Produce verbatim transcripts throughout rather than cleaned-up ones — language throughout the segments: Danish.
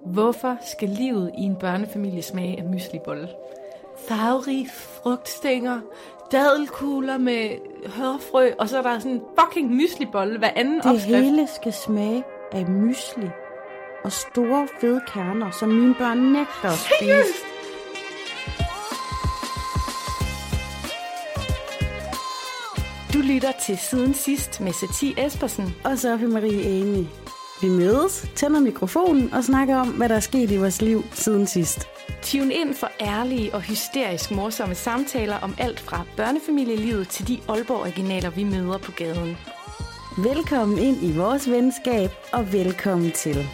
Hvorfor skal livet i en børnefamilie smage af myslibolle? Farverige frugtstænger, dadelkugler med hørfrø, og så er der sådan en fucking myslibolle hver anden Det opskrift. Det hele skal smage af mysli og store fede kerner, som mine børn nægter at spise. Seriøst? Du lytter til Siden Sidst med Satie Espersen. Og Sofie Marie Amy. Vi mødes, tænder mikrofonen og snakker om, hvad der er sket i vores liv siden sidst. Tune ind for ærlige og hysterisk morsomme samtaler om alt fra børnefamilielivet til de Aalborg-originaler, vi møder på gaden. Velkommen ind i vores venskab, og velkommen til.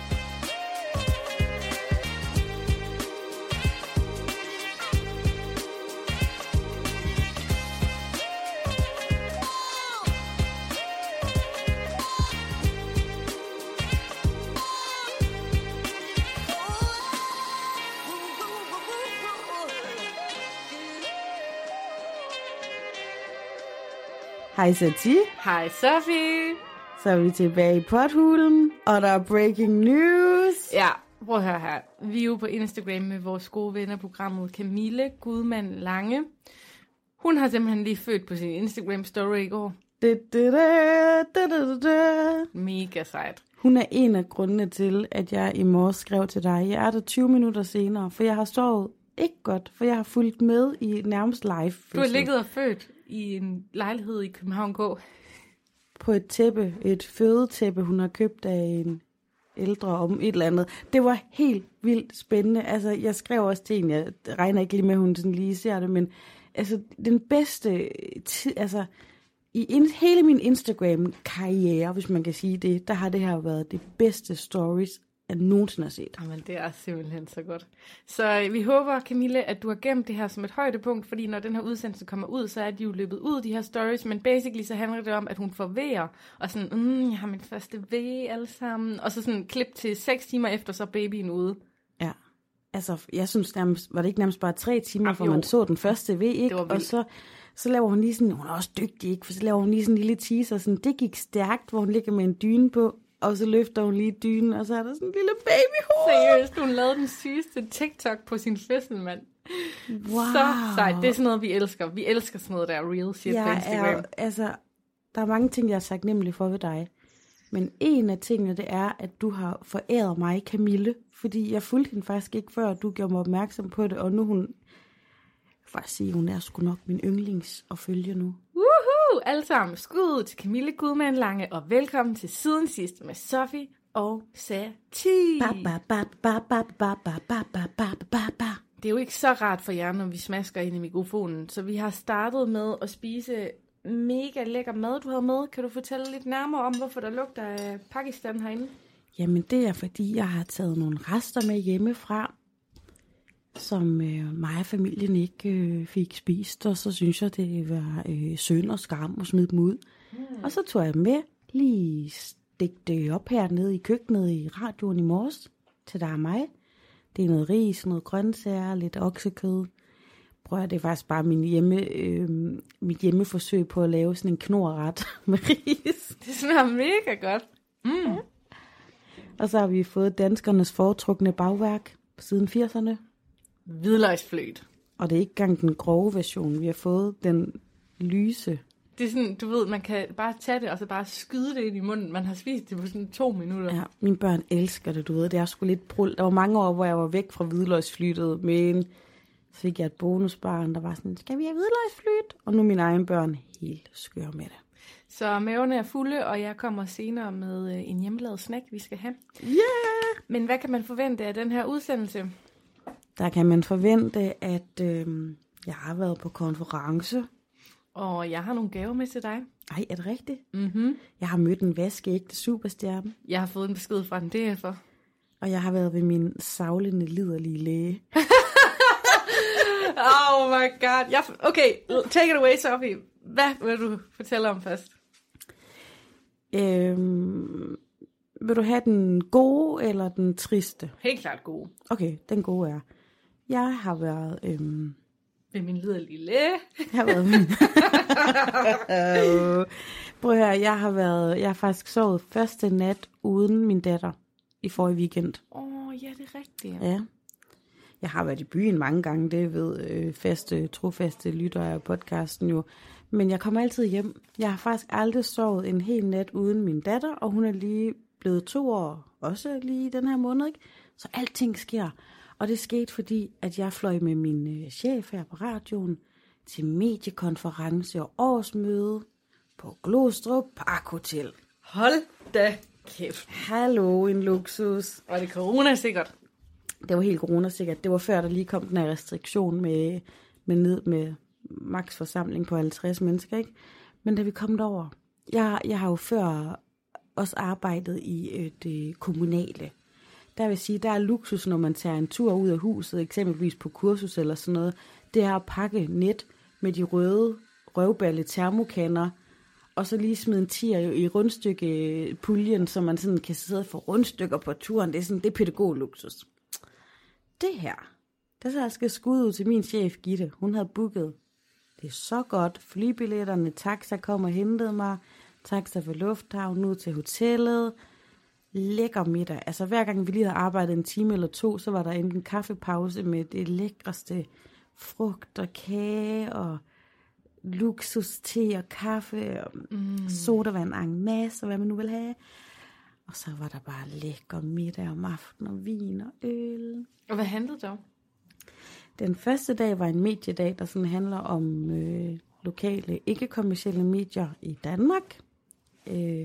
Hej Satie. Hej Sofie. Så er vi tilbage i pothulen, og der er breaking news. Ja, prøv at høre her. Vi er jo på Instagram med vores gode venner programmet Camille Gudmand Lange. Hun har simpelthen lige født på sin Instagram story i går. Da, da, da, da, da, da. Mega sejt. Hun er en af grundene til, at jeg i morges skrev til dig. Jeg er der tyve minutter senere, for jeg har sovet ikke godt, for jeg har fulgt med i nærmest live. Du har ligget og født i en lejlighed i København K. På et tæppe, et fødetæppe, hun har købt af en ældre om et eller andet. Det var helt vildt spændende. Altså, jeg skrev også til en, jeg regner ikke lige med, at hun sådan lige ser det, men altså, den bedste tid, altså, i in, hele min Instagram-karriere, hvis man kan sige det, der har det her været det bedste stories, jeg nogensinde har set. Jamen, det er simpelthen så godt. Så vi håber, Camille, at du har gemt det her som et højdepunkt, fordi når den her udsendelse kommer ud, så er de jo løbet ud, de her stories, men basically så handler det om, at hun får vejer, og sådan, mm, jeg har min første V alle sammen, og så sådan klip til seks timer efter, så er babyen ude. Ja, altså, jeg synes nærmest, var det ikke nærmest bare tre timer, for jo. man så den første V, ikke? Og så, så laver hun lige sådan, hun er også dygtig, ikke? For så laver hun lige sådan en lille teaser, sådan, det gik stærkt, hvor hun ligger med en dyne på, og så løfter hun lige dynen, og så er der sådan en lille babyhoved. Seriøst, hun lavede den sygeste TikTok på sin fødsel, mand. Wow. Så sejt. Det er sådan noget, vi elsker. Vi elsker sådan noget, der er real shit jeg på Instagram. Er, altså, der er mange ting, jeg er taknemmelig for ved dig. Men en af tingene, det er, at du har foræret mig, Camille. Fordi jeg fulgte hende faktisk ikke før, du gjorde mig opmærksom på det. Og nu hun, faktisk sige, hun er sgu nok min yndlings at følge nu. Woohoo! Alle sammen skud til Camille Gudmand Lange, og velkommen til Siden Sidst med Sofie og Satie. Ba, ba, ba, ba, ba, ba, ba, ba, ba, ba, ba, ba. Det er jo ikke så rart for jer, når vi smasker ind i mikrofonen, så vi har startet med at spise mega lækker mad, du havde med. Kan du fortælle lidt nærmere om, hvorfor der lugter af Pakistan herinde? Jamen det er, fordi jeg har taget nogle rester med hjemmefra, som øh, mig og familien ikke øh, fik spist, og så synes jeg, det var øh, synd og skam at smide dem ud. Mm. Og så tog jeg dem med, lige stik det op hernede i køkkenet i radioen i morges, til dig og mig. Det er noget ris, noget grøntsager, lidt oksekød. Prøv at det er faktisk bare min hjemme, øh, mit hjemmeforsøg på at lave sådan en knorret med ris. Det smager mega godt. Mm. Ja. Og så har vi fået danskernes foretrukne bagværk siden firserne. Hvidløgsfløjt. Og det er ikke engang den grove version. Vi har fået den lyse. Det er sådan, du ved, man kan bare tage det, og så bare skyde det ind i munden. Man har spist det på sådan to minutter. Ja, mine børn elsker det, du ved. Det er sgu lidt brul. Der var mange år, hvor jeg var væk fra hvidløgsflyttet, men så fik jeg et bonusbarn, der var sådan, skal vi have hvidløgsflyt? Og nu er mine egne børn helt skøre med det. Så maverne er fulde, og jeg kommer senere med en hjemmelavet snack, vi skal have. Ja! Yeah! Men hvad kan man forvente af den her udsendelse? Der kan man forvente, at øh, jeg har været på konference. Og jeg har nogle gaver med til dig. Ej, er det rigtigt? Mhm. Jeg har mødt en vaskeægte superstjerne. Jeg har fået en besked fra en D F'er. Og jeg har været ved min savlende, liderlige læge. Oh my god. Jeg, okay, take it away, Sofie. Hvad vil du fortælle om først? Øhm, vil du have den gode eller den triste? Helt klart gode. Okay, den gode er. Jeg har været... Øhm, ved min liderlige læge. Jeg har været... Prøv at høre, jeg har været... Jeg har faktisk sovet første nat uden min datter. i forrige weekend. Åh, oh, ja, det er rigtigt. Ja. Jeg har været i byen mange gange, det ved øh, faste, trofaste lyttere af podcasten jo. Men jeg kommer altid hjem. Jeg har faktisk aldrig sovet en hel nat uden min datter, og hun er lige blevet to år, også lige den her måned, ikke? Så alting sker. Og det skete, fordi at jeg fløj med min øh, chef her på radioen til mediekonference og årsmøde på Glostrup Parkhotel. Hold da kæft. Hallo, en luksus. Var det corona-sikkert? Det var helt corona-sikkert. Det var før, der lige kom den her restriktion med, med ned med maks forsamling på halvtreds mennesker, ikke? Men da vi kom derover, jeg, jeg har jo før også arbejdet i øh, det kommunale. Der vil sige, der er luksus, når man tager en tur ud af huset, eksempelvis på kursus eller sådan noget. Det er at pakke net med de røde røvballe termokanner, og så lige smide en tier i rundstykke-puljen, så man sådan kan sidde og få rundstykker på turen. Det er sådan, det er pædagogluksus. Det her, der så jeg skal skud ud til min chef Gitte. Hun havde booket. Det er så godt. Flybilletterne, taxa kom og hentede mig. Taxa fra lufthavnen ud til hotellet. Lækker middag. Altså hver gang vi lige havde arbejdet en time eller to, så var der enten kaffepause med det lækreste frugt og kage og luksus, te og kaffe og mm. sodavand en masse, og hvad man nu vil have. Og så var der bare lækker middag om aftenen og vin og øl. Og hvad handlede det om? Den første dag var en mediedag, der sådan handler om øh, lokale, ikke-kommercielle medier i Danmark. Øh,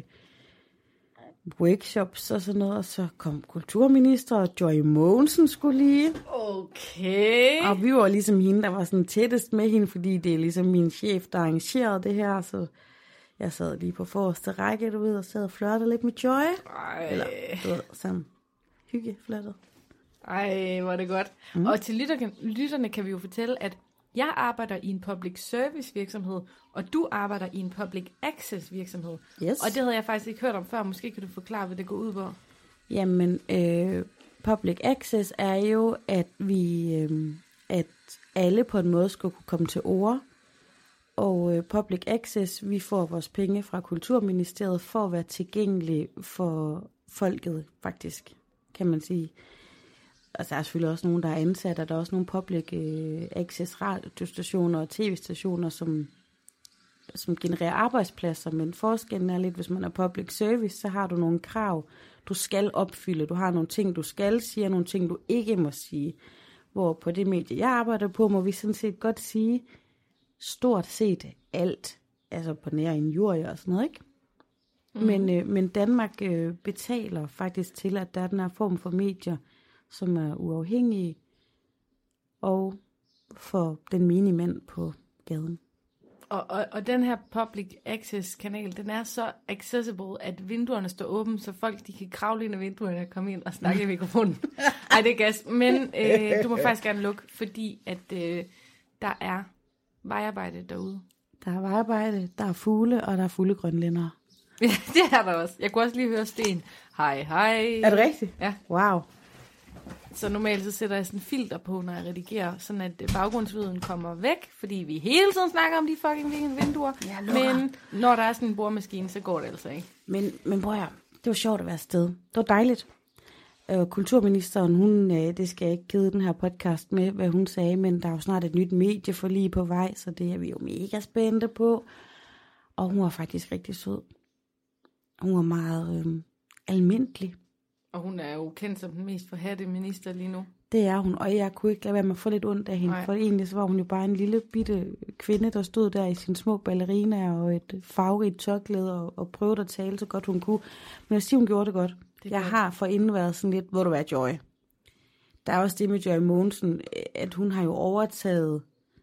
workshops og sådan noget, og så kom kulturminister, og Joy Mogensen skulle lige. Okay. Og vi var ligesom hende, der var sådan tættest med hende, fordi det er ligesom min chef, der arrangerede det her, så jeg sad lige på forreste række, du ved, og sad og flirtede lidt med Joy. Ej. Eller, du ved, sådan hyggeflirtede. Ej, hvor er det godt. Mm. Og til lytterne, lytterne kan vi jo fortælle, at jeg arbejder i en public service virksomhed, og du arbejder i en public access virksomhed. Yes. Og det havde jeg faktisk ikke hørt om før. Måske kan du forklare, hvad det går ud på. Jamen, øh, public access er jo, at vi, øh, at alle på en måde skulle kunne komme til ord. Og øh, public access, vi får vores penge fra Kulturministeriet for at være tilgængelige for folket, faktisk, kan man sige. Og der er selvfølgelig også nogen, der er ansat, og der er også nogle public øh, access radiostationer og tv-stationer, som, som genererer arbejdspladser, men forskellen er lidt, hvis man er public service, så har du nogle krav, du skal opfylde. Du har nogle ting, du skal sige, og nogle ting, du ikke må sige. Hvor på det medie, jeg arbejder på, må vi sådan set godt sige stort set alt, altså på nær injurier og sådan noget, ikke? Mm. Men, øh, men Danmark øh, betaler faktisk til, at der er den her form for medier, som er uafhængige, og for den menige mand på gaden. Og, og, og den her public access kanal, den er så accessible, at vinduerne står åbne, så folk de kan kravle ind ad vinduerne og komme ind og snakke i mikrofonen. Ej, det er gas. Men øh, du må faktisk gerne lukke, fordi at øh, der er vejarbejde derude. Der er vejarbejde, der er fugle, og der er fuglegrønlændere. Ja, det er der også. Jeg kunne også lige høre Sten. Hej, hej. Er det rigtigt? Ja. Wow. Så normalt så sætter jeg sådan en filter på, når jeg redigerer, sådan at baggrundslyden kommer væk, fordi vi hele tiden snakker om de fucking vinduer. Men når der er sådan en boremaskine, så går det altså ikke. Men, men bror, det var sjovt at være afsted. Det var dejligt. Øh, kulturministeren, hun, øh, det skal jeg ikke kede den her podcast med, hvad hun sagde, men der er jo snart et nyt medieforlig på vej, så det er vi jo mega spændte på. Og hun var faktisk rigtig sød. Hun var meget øh, almindelig. Og hun er jo kendt som den mest forhatte minister lige nu. Det er hun, og jeg kunne ikke lade være med at få lidt ondt af hende, Nej. For egentlig så var hun jo bare en lille bitte kvinde, der stod der i sine små balleriner og et farverigt tørklæde og, og prøvede at tale så godt hun kunne. Men jeg siger, hun gjorde det godt. Det jeg godt. Har forinden været sådan lidt, hvor du er Joy. Der er også det med Joy Mogensen, at hun har jo overtaget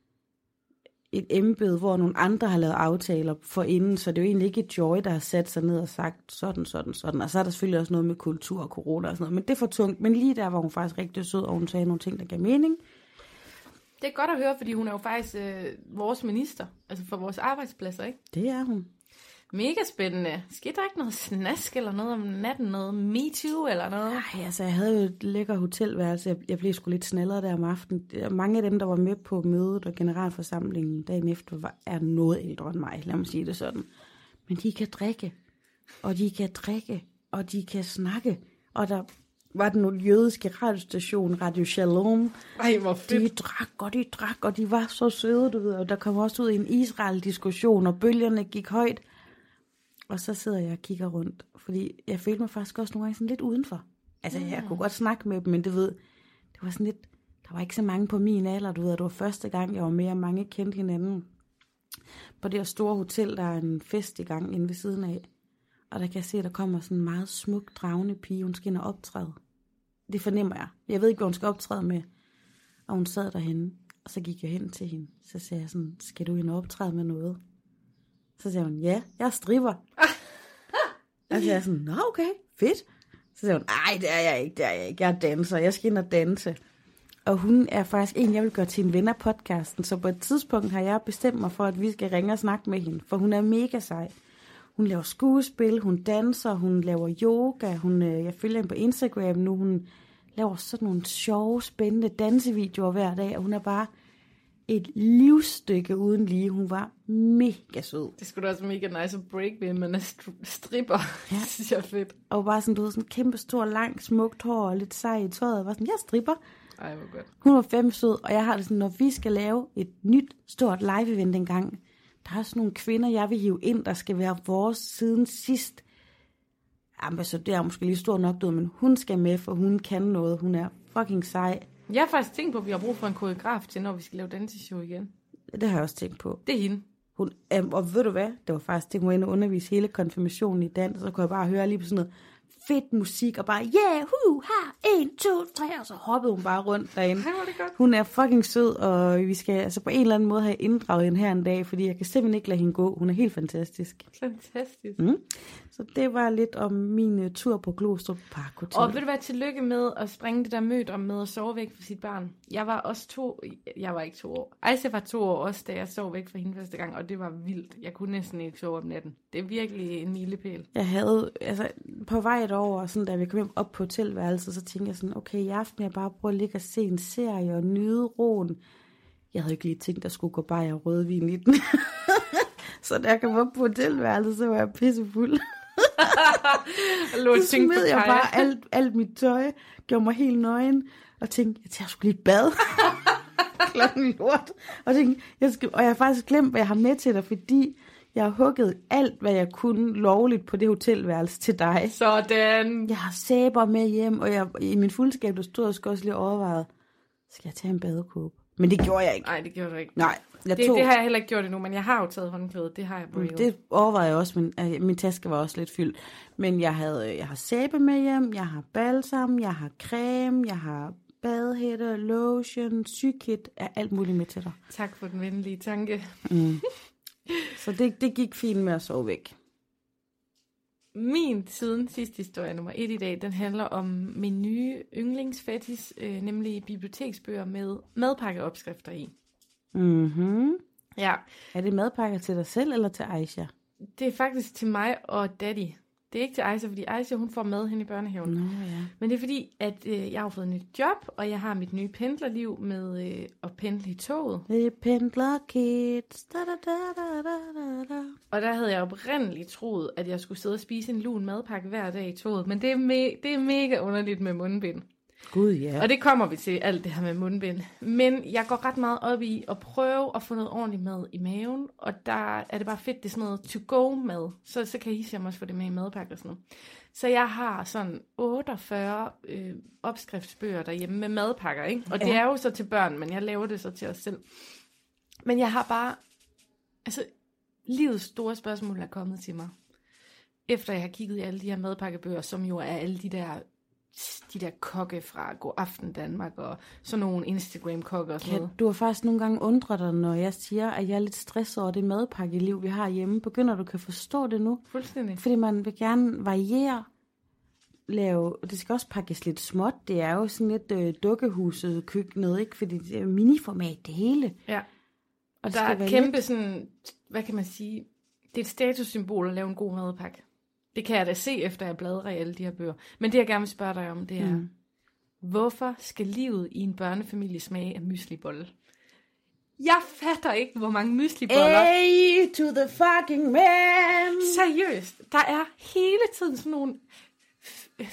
et embede, hvor nogle andre har lavet aftaler forinden, så det er jo egentlig ikke Joy, der har sat sig ned og sagt sådan, sådan, sådan. Og så er der selvfølgelig også noget med kultur og corona og sådan noget, men det er for tungt. Men lige der var hun faktisk rigtig sød, og hun sagde nogle ting, der gav mening. Det er godt at høre, fordi hun er jo faktisk øh, vores minister, altså for vores arbejdspladser, ikke? Det er hun. Mega spændende. Skete der ikke noget snask eller noget om natten, noget MeToo eller noget? Nej, altså jeg havde jo et lækker hotelværelse. Jeg, jeg blev sgu lidt snallere der om aftenen. Mange af dem, der var med på mødet og generalforsamlingen dagen efter, var, er noget ældre end mig, lad mig sige det sådan. Men de kan drikke, og de kan drikke, og de kan snakke, Og der var den nogle jødiske radiostation, Radio Shalom. Ej, hvor fedt. De drak, og de drak, og de var så søde, du ved. Og der kom også ud en Israel-diskussion, og bølgerne gik højt. Og så sidder jeg og kigger rundt, fordi jeg følte mig faktisk også nogle gange sådan lidt udenfor. Altså, jeg kunne godt snakke med dem, men det ved, det var sådan lidt, der var ikke så mange på min alder, du ved. Det var første gang, jeg var med, og mange kendte hinanden. På det her store hotel, der er en fest i gang inde ved siden af. Og der kan jeg se, at der kommer sådan en meget smuk, dragende pige, hun skal ind og optræde. Det fornemmer jeg. Jeg ved ikke, hvad hun skal optræde med. Og hun sad derhenne, og så gik jeg hen til hende. Så sagde jeg sådan, skal du ind og optræde med noget? Så sagde hun, ja, jeg stripper. Og så sagde jeg sådan, nå okay, fedt. Så sagde hun, nej, det er jeg ikke, det er jeg ikke. Jeg er danser, jeg skal ind og danse. Og hun er faktisk en, jeg vil gøre til en ven af podcasten. Så på et tidspunkt har jeg bestemt mig for, at vi skal ringe og snakke med hende. For hun er mega sej. Hun laver skuespil, hun danser, hun laver yoga. Hun, jeg følger hende på Instagram nu. Hun laver sådan nogle sjove, spændende dansevideoer hver dag. Og hun er bare et livsstykke uden lige. Hun var mega sød. Det skulle da også mega nice at break ved, men er stripper. Ja. Det synes jeg er fedt. Og bare sådan, du ved, sådan kæmpe stor, lang, smukt hår og lidt sej i tøjet. Og var sådan, jeg stripper. Ej, hvor godt. Hun var fem sød, og jeg har det sådan, når vi skal lave et nyt, stort live-event engang, der er sådan nogle kvinder, jeg vil hive ind, der skal være vores siden sidst. Jamen, så det er måske lige stor nok, men hun skal med, for hun kan noget. Hun er fucking sej. Jeg har faktisk tænkt på, at vi har brug for en koreograf til, når vi skal lave danseshow igen. Det har jeg også tænkt på. Det er hende. Hun, øhm, og ved du hvad? Det var faktisk det, hun var inde og undervise hele konfirmationen i dans, og så kunne jeg bare høre lige på sådan noget fedt musik, og bare, yeah, hu, ha, en, to, tre, og så hoppede hun bare rundt derinde. Ej, hvor er det godt. Hun er fucking sød, og vi skal altså på en eller anden måde have inddraget hende her en dag, fordi jeg kan simpelthen ikke lade hende gå. Hun er helt fantastisk. Fantastisk. Mm. Så det var lidt om min uh, tur på Glostrup Park Hotel. Og vil du være tillykke med at springe det der møde om med at sove væk fra sit barn? Jeg var også to, jeg var ikke to år. Ejse var to år også, da jeg sov væk fra hende første gang, og det var vildt. Jeg kunne næsten ikke sove om natten. Det er virkelig en milepæl. Jeg havde, altså på vej derover, sådan da vi kom op på hotelværelset, så tænkte jeg sådan, okay, i aften jeg bare prøve at ligge og se en serie og nyde roen. Jeg havde ikke lige tænkt, at der skulle gå bare og rødvin i den. Så da jeg kom op på hotelværelset, så var jeg pissefuld. Så smed jeg bare alt, alt mit tøj, gjorde mig helt nøgen, og tænkte, jeg tager sgu lige et bad. Klokken lort. Og, tænkte, jeg skal, og jeg har faktisk glemt, hvad jeg har med til dig, fordi jeg har hugget alt, hvad jeg kunne lovligt på det hotelværelse til dig. Sådan. Jeg har sæber med hjem, og jeg, i min fuldskab, der stod jeg også lige overvejet, skal jeg tage en badekåbe? Men det gjorde jeg ikke. Nej, det gjorde du ikke. Nej. Jeg det, tog... det har jeg heller ikke gjort endnu, men jeg har jo taget håndklædet. Det har jeg på. Det overvejede jeg også, men øh, min taske var også lidt fyldt. Men jeg, havde, jeg har sæbe med hjem, jeg har balsam, jeg har creme, jeg har badehætter, lotion, sygekit, alt muligt med til dig. Tak for den venlige tanke. Mm. Så det, det gik fint med at sove væk. Min siden sidste historie nummer et i dag, den handler om min nye yndlingsfetis, øh, nemlig biblioteksbøger med madpakkeopskrifter i. Mhm. Ja. Er det madpakker til dig selv eller til Aisha? Det er faktisk til mig og Daddy. Det er ikke til Aisha, fordi Aisha, hun får mad hen i børnehaven. Nå, ja. Men det er fordi, at øh, jeg har fået et nyt job, og jeg har mit nye pendlerliv med øh, at pendle i toget. Det er pendlerkids. Da, da, da, da, da, da. Og der havde jeg oprindeligt troet, at jeg skulle sidde og spise en lun madpakke hver dag i toget. Men det er, me- det er mega underligt med mundbind. Gud, ja. Og det kommer vi til, alt det her med mundbind. Men jeg går ret meget op i at prøve at få noget ordentligt mad i maven. Og der er det bare fedt, det er sådan noget to-go mad. Så, så kan I sige, også få det med i madpakke og sådan noget. Så jeg har sådan otteogfyrre øh, opskriftsbøger derhjemme med madpakker, ikke? Og ja. Det er jo så til børn, men jeg laver det så til os selv. Men jeg har bare... Altså, livets store spørgsmål er kommet til mig. Efter jeg har kigget i alle de her madpakkebøger, som jo er alle de der... de der kokke fra God Aften Danmark og sådan nogle Instagram-kokke og sådan noget. Du har faktisk nogle gange undret dig, når jeg siger, at jeg er lidt stresset over det madpakkeliv, vi har hjemme. Begynder du kan forstå det nu? Fuldstændig. Fordi man vil gerne variere, lave, det skal også pakkes lidt småt. Det er jo sådan lidt øh, dukkehuset køkkenet, ikke? Fordi det er miniformat, det hele. Ja. Og det der er kæmpe lidt... sådan, hvad kan man sige, det er et statussymbol at lave en god madpakke. Det kan jeg da se, efter jeg bladrer i alle de her bøger. Men det, jeg gerne vil spørge dig om, det er, mm. hvorfor skal livet i en børnefamilie smage af myslibolle? Jeg fatter ikke, hvor mange mysliboller... Hey, to the fucking man! Seriøst, der er hele tiden sådan nogle f- f-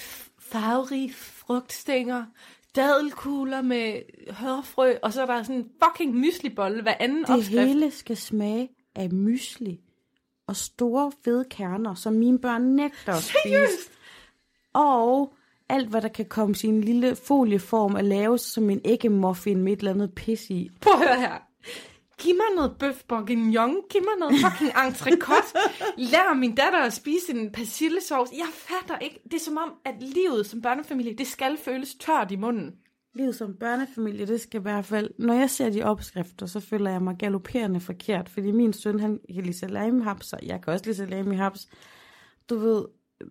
farverige frugtstænger, dadelkugler med hørfrø, og så er der sådan en fucking myslibolle hver anden Det opskrift. hele skal smage af mysli og store fede kerner, som mine børn nægter at spise. Seriøst? Og alt, hvad der kan komme i en lille folieform at laves som en æggemuffin med et eller andet pis i. Prøv at høre her. Giv mig noget bøf bourguignon. Giv mig noget fucking entrecôte. Lær min datter at spise en persillesauce. Jeg fatter ikke. Det er som om, at livet som børnefamilie, det skal føles tørt i munden. Livet som børnefamilie, det skal i hvert fald... Når jeg ser de opskrifter, så føler jeg mig galopperende forkert. Fordi min søn, han kan lide salami-haps, og jeg kan også lide salami-haps. Du ved,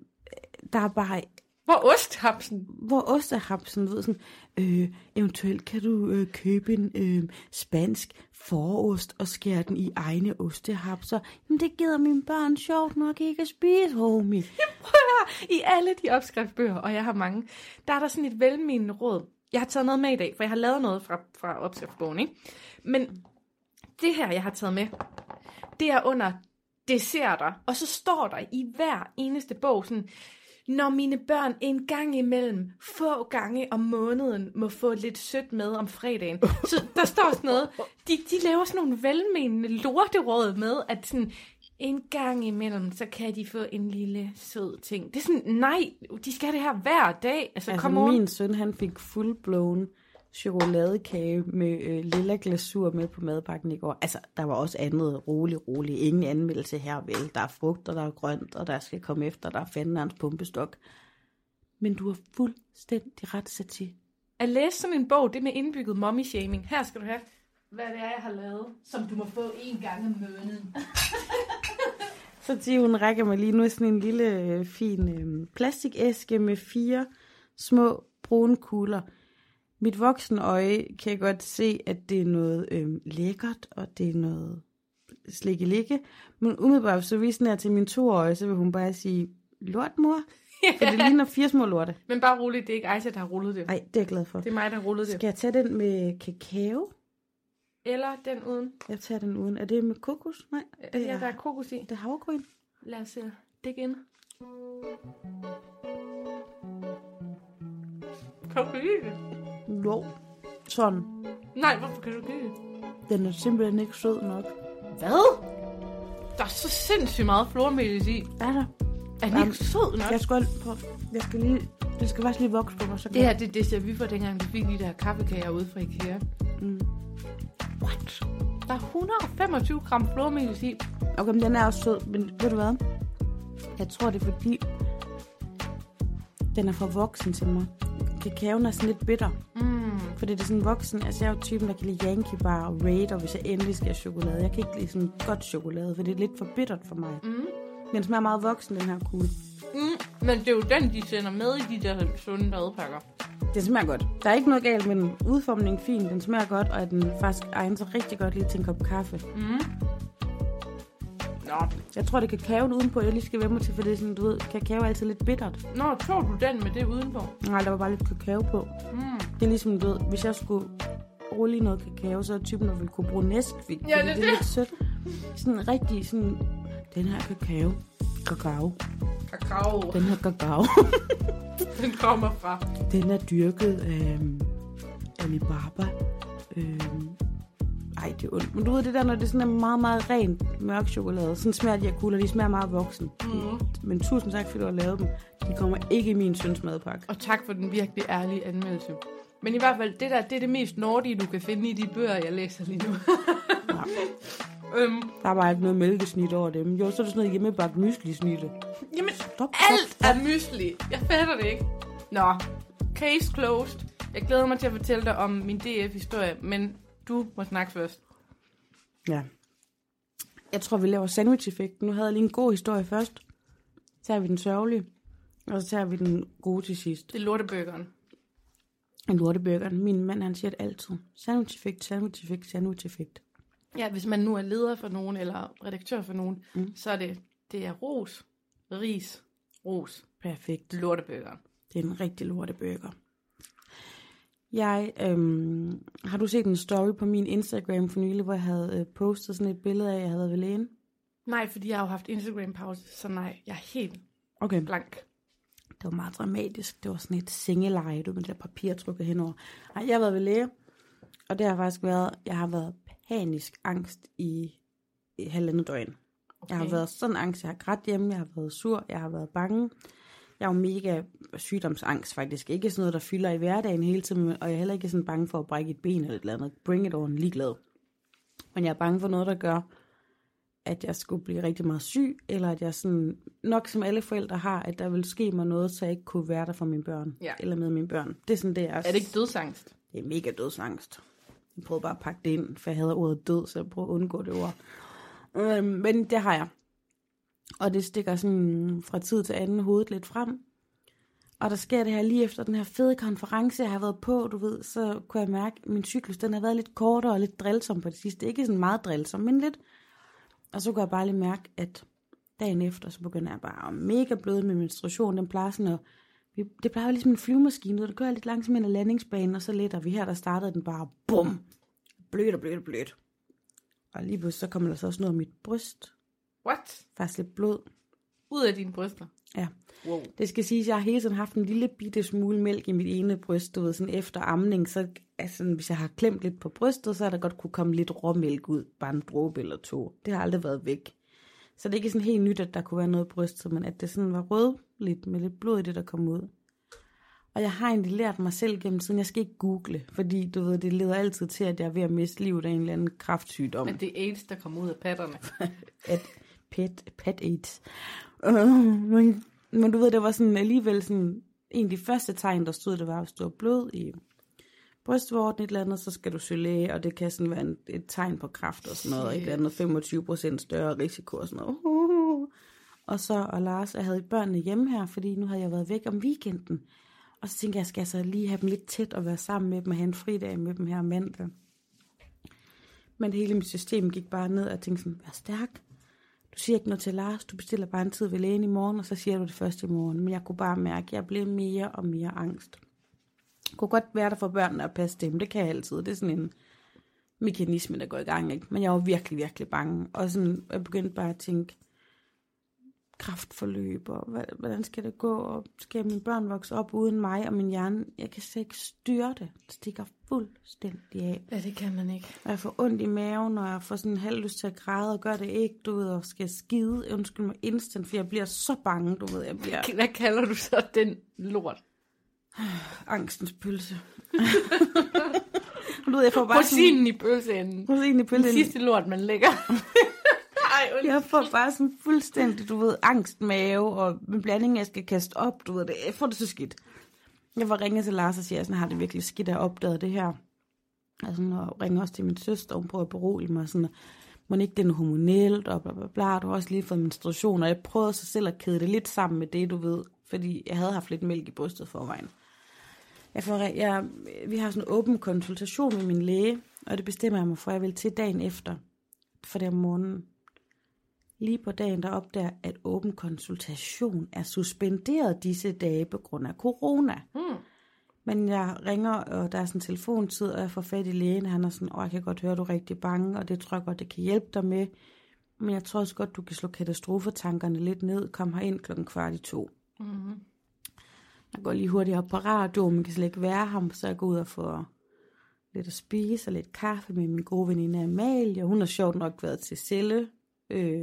der er bare... Hvor osthapsen? Hvor ostehapsen, ved sådan, øh, eventuelt kan du øh, købe en øh, spansk forost og skære den i egne ostehapser. Jamen det gider mine børn sjovt nok ikke at spise, homie. Prøv at høre. I alle de opskriftsbøger, og jeg har mange, der er der sådan et velmenende råd. Jeg har taget noget med i dag, for jeg har lavet noget fra, fra opskriftsbogen, ikke? Men det her, jeg har taget med, det er under desserter, og så står der i hver eneste bog sådan... Når mine børn en gang imellem, få gange om måneden, må få lidt sødt med om fredagen. Så der står sådan noget, de, de laver sådan nogle velmenende lorteråd med, at sådan en gang imellem, så kan de få en lille sød ting. Det er sådan, nej, de skal det her hver dag. Altså, Altså kom on. min søn, han fik full-blown chokoladekage med øh, lilla glasur med på madpakken i går. Altså, der var også andet rolig, rolig. Ingen anmeldelse her, vel. Der er frugt, og der er grønt, og der skal komme efter, der er fanden hans pumpestok. Men du har fuldstændig ret, Satie. At læse sådan en bog, det med indbygget mommy-shaming. Her skal du have, hvad det er, jeg har lavet, som du må få en gang om måneden. Satie, hun rækker mig lige nu sådan en lille, øh, fin øh, plastikæske med fire små brune kugler. Mit voksne øje kan godt se, at det er noget øh, lækkert, og det er noget slikke-likke. Men umiddelbart, så viser den her til mine to øje, så vil hun bare sige, lort, mor? For det ligner fire små lorte. Men bare roligt, det er ikke Aisha, der har rullet det. Nej, det er jeg glad for. Det er mig, der har rullet det. Skal jeg tage den med kakao? Eller den uden. Jeg tager den uden. Er det med kokos? Nej, det Ja, er, der er kokos i. det er havregryn. Lad os uh, dække ind. Kan du lide det? Jo, sådan. Nej, hvorfor kan du lide det? Den er simpelthen ikke sød nok. Hvad? Der er så sindssygt meget flormelis i. Er der? Er den ikke sød nok? Jeg skal, på, jeg skal lige, det skal faktisk lige vokse på mig. Så Det her, det er déjà vu for dengang, vi fik de der kaffekager ude fra IKEA. Mm. What? Der er et hundrede og femogtyve gram flormelis i. Okay, men den er også sød, men ved du hvad? Jeg tror, det er fordi, den er for voksen til mig. Kakaoen er sådan lidt bitter. Mm. Fordi det er sådan voksen. Altså, jeg er jo typen, der kan lide Yankee Bar og Raid, og hvis jeg endelig skal have chokolade. Jeg kan ikke lide sådan godt chokolade, for det er lidt for bittert for mig. Mm. Den smager meget voksen, den her kugle. Mm. Men det er jo den, de sender med i de der sunde madpakker. Den smager godt. Der er ikke noget galt med den. Udformningen er fin, den smager godt, og den faktisk egner sig rigtig godt lige til en kop kaffe. Mm. Nå. Jeg tror, det er kakaoen udenpå, jeg lige skal vende mig til, for det er sådan, du ved, kakao er altid lidt bittert. Nå, tog du den med det udenpå? Nej, der var bare lidt kakao på. Mm. Det er ligesom, du ved, hvis jeg skulle rulle i noget kakao, så er typen, der ville kunne bruge Nesquik. Ja, det er det er det. lidt sødt. Sådan rigtig sådan, den her kakao. Kakao. Kakao. Den her kakao. Den kommer fra. Den er dyrket af um, Alibaba. Um, ej, det er ondt. Men du ved det der, når det sådan er meget, meget rent mørk chokolade. Sådan smager de her kugler, de smager meget voksen. Mm. Men tusind tak, fordi du har lavet dem. De kommer ikke i min søns madpakke. Og tak for den virkelig ærlige anmeldelse. Men i hvert fald, det der, det er det mest nordige, du kan finde i de bøger, jeg læser lige nu. Ja. øhm, Der er bare ikke noget mælkesnit over dem. Jo, så er det sådan noget hjemmebagt mysli-snitte. jamen, Stop, alt stop, er mysli. Jeg fatter det ikke. Nå, case closed. Jeg glæder mig til at fortælle dig om min D F-historie, men du må snakke først. Ja. Jeg tror, vi laver sandwich-effekten. Nu havde jeg lige en god historie først. Så tager vi den sørgelige. Og så tager vi den gode til sidst. Det er lortebøgeren. En lorteburger. Min mand, han siger det altid. Sandwich-effekt, sandwich-effekt, sandwich-effekt. Ja, hvis man nu er leder for nogen, eller redaktør for nogen, Mm. så er det, det er ros, ris, ros, Perfekt. lortebøgeren. Det er en rigtig lorteburger. Jeg, øhm, har du set en story på min Instagram for nylig, hvor jeg havde øh, postet sådan et billede af, at jeg havde været ved lægen? Nej, fordi jeg har jo haft Instagram-pause, så nej, jeg er helt Okay. blank. Det var meget dramatisk. Det var sådan et sengeleje, du med det der papir trukket henover. Ej, jeg har været ved læge, og det har faktisk været, jeg har været panisk angst i, i halvandet døgn. Okay. Jeg har været sådan angst, jeg har grædt hjemme, jeg har været sur, jeg har været bange. Jeg er jo mega sygdomsangst faktisk. Ikke sådan noget, der fylder i hverdagen hele tiden, og jeg er heller ikke sådan bange for at brække et ben eller et eller andet. Bring it on, ligeglad. Men jeg er bange for noget, der gør, at jeg skulle blive rigtig meget syg, eller at jeg sådan, nok som alle forældre har, at der vil ske mig noget, så jeg ikke kunne være der for mine børn, ja. Eller med mine børn. Det er sådan, det er. Er det ikke dødsangst? Det er mega dødsangst. Jeg prøvede bare at pakke det ind, for jeg havde ordet død, så jeg prøvede at undgå det ord. Øhm, men det har jeg. Og det stikker sådan fra tid til anden hovedet lidt frem. Og der sker det her lige efter den her fede konference, jeg har været på, du ved, så kunne jeg mærke, at min cyklus, den har været lidt kortere og lidt drillsom på det sidste. Ikke sådan meget drillsom, men lidt. Og så kunne jeg bare lige mærke, at dagen efter, så begynder jeg bare at mega bløde med menstruation. Den plejer sådan at, det plejer ligesom en flyvemaskine, det kører lidt langsomt ind ad landingsbanen, og så lidt, og vi her, der startede den bare, bum, blødt og blødt og blødt. Og lige pludselig, så kommer der så også noget af mit bryst. What? Faktisk lidt blod. Ud af dine bryster? Ja. Wow. Det skal siges, at jeg har hele tiden haft en lille bitte smule mælk i mit ene bryst, du ved, sådan efter amning, så altså, hvis jeg har klemt lidt på brystet, så er der godt kunne komme lidt råmælk ud, bare en dråbe eller to. Det har aldrig været væk. Så det er ikke sådan helt nyt, at der kunne være noget i brystet, men at det sådan var rødligt med lidt blod i det, der kom ud. Og jeg har egentlig lært mig selv gennem tiden, jeg skal ikke google, fordi du ved, det leder altid til, at jeg er ved at miste livet af en eller anden kræftsygdom. Men det er AIDS, der kommer ud af patterne. at pet, pet AIDS. Uh, men, men du ved, det var sådan alligevel sådan, en af de første tegn, der stod, det var, at du har blod i brystvorten et eller andet, så skal du søge læge, og det kan sådan være en, et tegn på kræft og sådan noget, et eller andet femogtyve procent større risiko og sådan noget. Uh, og så, og Lars, jeg havde børnene hjemme her, fordi nu havde jeg været væk om weekenden, og så tænkte jeg, skal jeg så lige have dem lidt tæt og være sammen med dem, og have en fridag med dem her mandag. Men hele mit system gik bare ned, og jeg tænkte sådan, vær stærk. Du siger ikke noget til Lars, du bestiller bare en tid ved lægen i morgen, og så siger du det først i morgen. Men jeg kunne bare mærke, at jeg blev mere og mere angst. Jeg kunne godt være der for børnene og passe dem, det kan jeg altid. Det er sådan en mekanisme, der går i gang, ikke? Men jeg var virkelig, virkelig bange. Og sådan, jeg begyndte bare at tænke, kræftforløb, og hvordan skal det gå, og skal mine børn vokse op uden mig, og min hjerne, jeg kan slet ikke styre det. Det stikker fuldstændig af. Ja, det kan man ikke. Og jeg får ondt i maven, og jeg får sådan en halv lyst til at græde, og gør det ikke, du ved, og skal skide, undskyld mig, instant, for jeg bliver så bange, du ved, jeg bliver... Hvad kalder du så den lort? Angstens pølse. Du ved, jeg får bare Rosinen sådan... i pølseenden. Rosinen i pølseenden. Den sidste lort, man lægger. Ej, jeg får bare sådan fuldstændig, du ved, angstmave, og med blanding, jeg skal kaste op, du ved det. Jeg får det så skidt. Jeg får ringet til Lars og siger, sådan har det virkelig skidt, at jeg opdagede det her. Altså, og ringer også til min søster, og hun prøver at berolige mig, sådan, må ikke det er hormonelt, og bla bla bla, du har også lige fået menstruation, og jeg prøvede så selv at kæde det lidt sammen med det, du ved, fordi jeg havde haft lidt mælk i brystet forvejen. Jeg får, jeg, vi har sådan en åben konsultation med min læge, og det bestemmer jeg mig for, at jeg vil til dagen efter, for det om morgenen. Lige på dagen, der opdager, at åben konsultation er suspenderet disse dage på grund af corona. Mm. Men jeg ringer, og der er sådan en telefontid, og jeg får fat i lægen, og han er sådan, åh, jeg kan godt høre, du er rigtig bange, og det tror jeg godt, det kan hjælpe dig med. Men jeg tror også godt, du kan slå katastrofetankerne lidt ned, kom her ind klokken kvart i to. Mm-hmm. Jeg går lige hurtigt op på radio, man kan slet ikke være ham, så jeg går ud og får lidt at spise, og lidt kaffe med min gode veninde Amalie, og hun har sjovt nok været til celle, øh,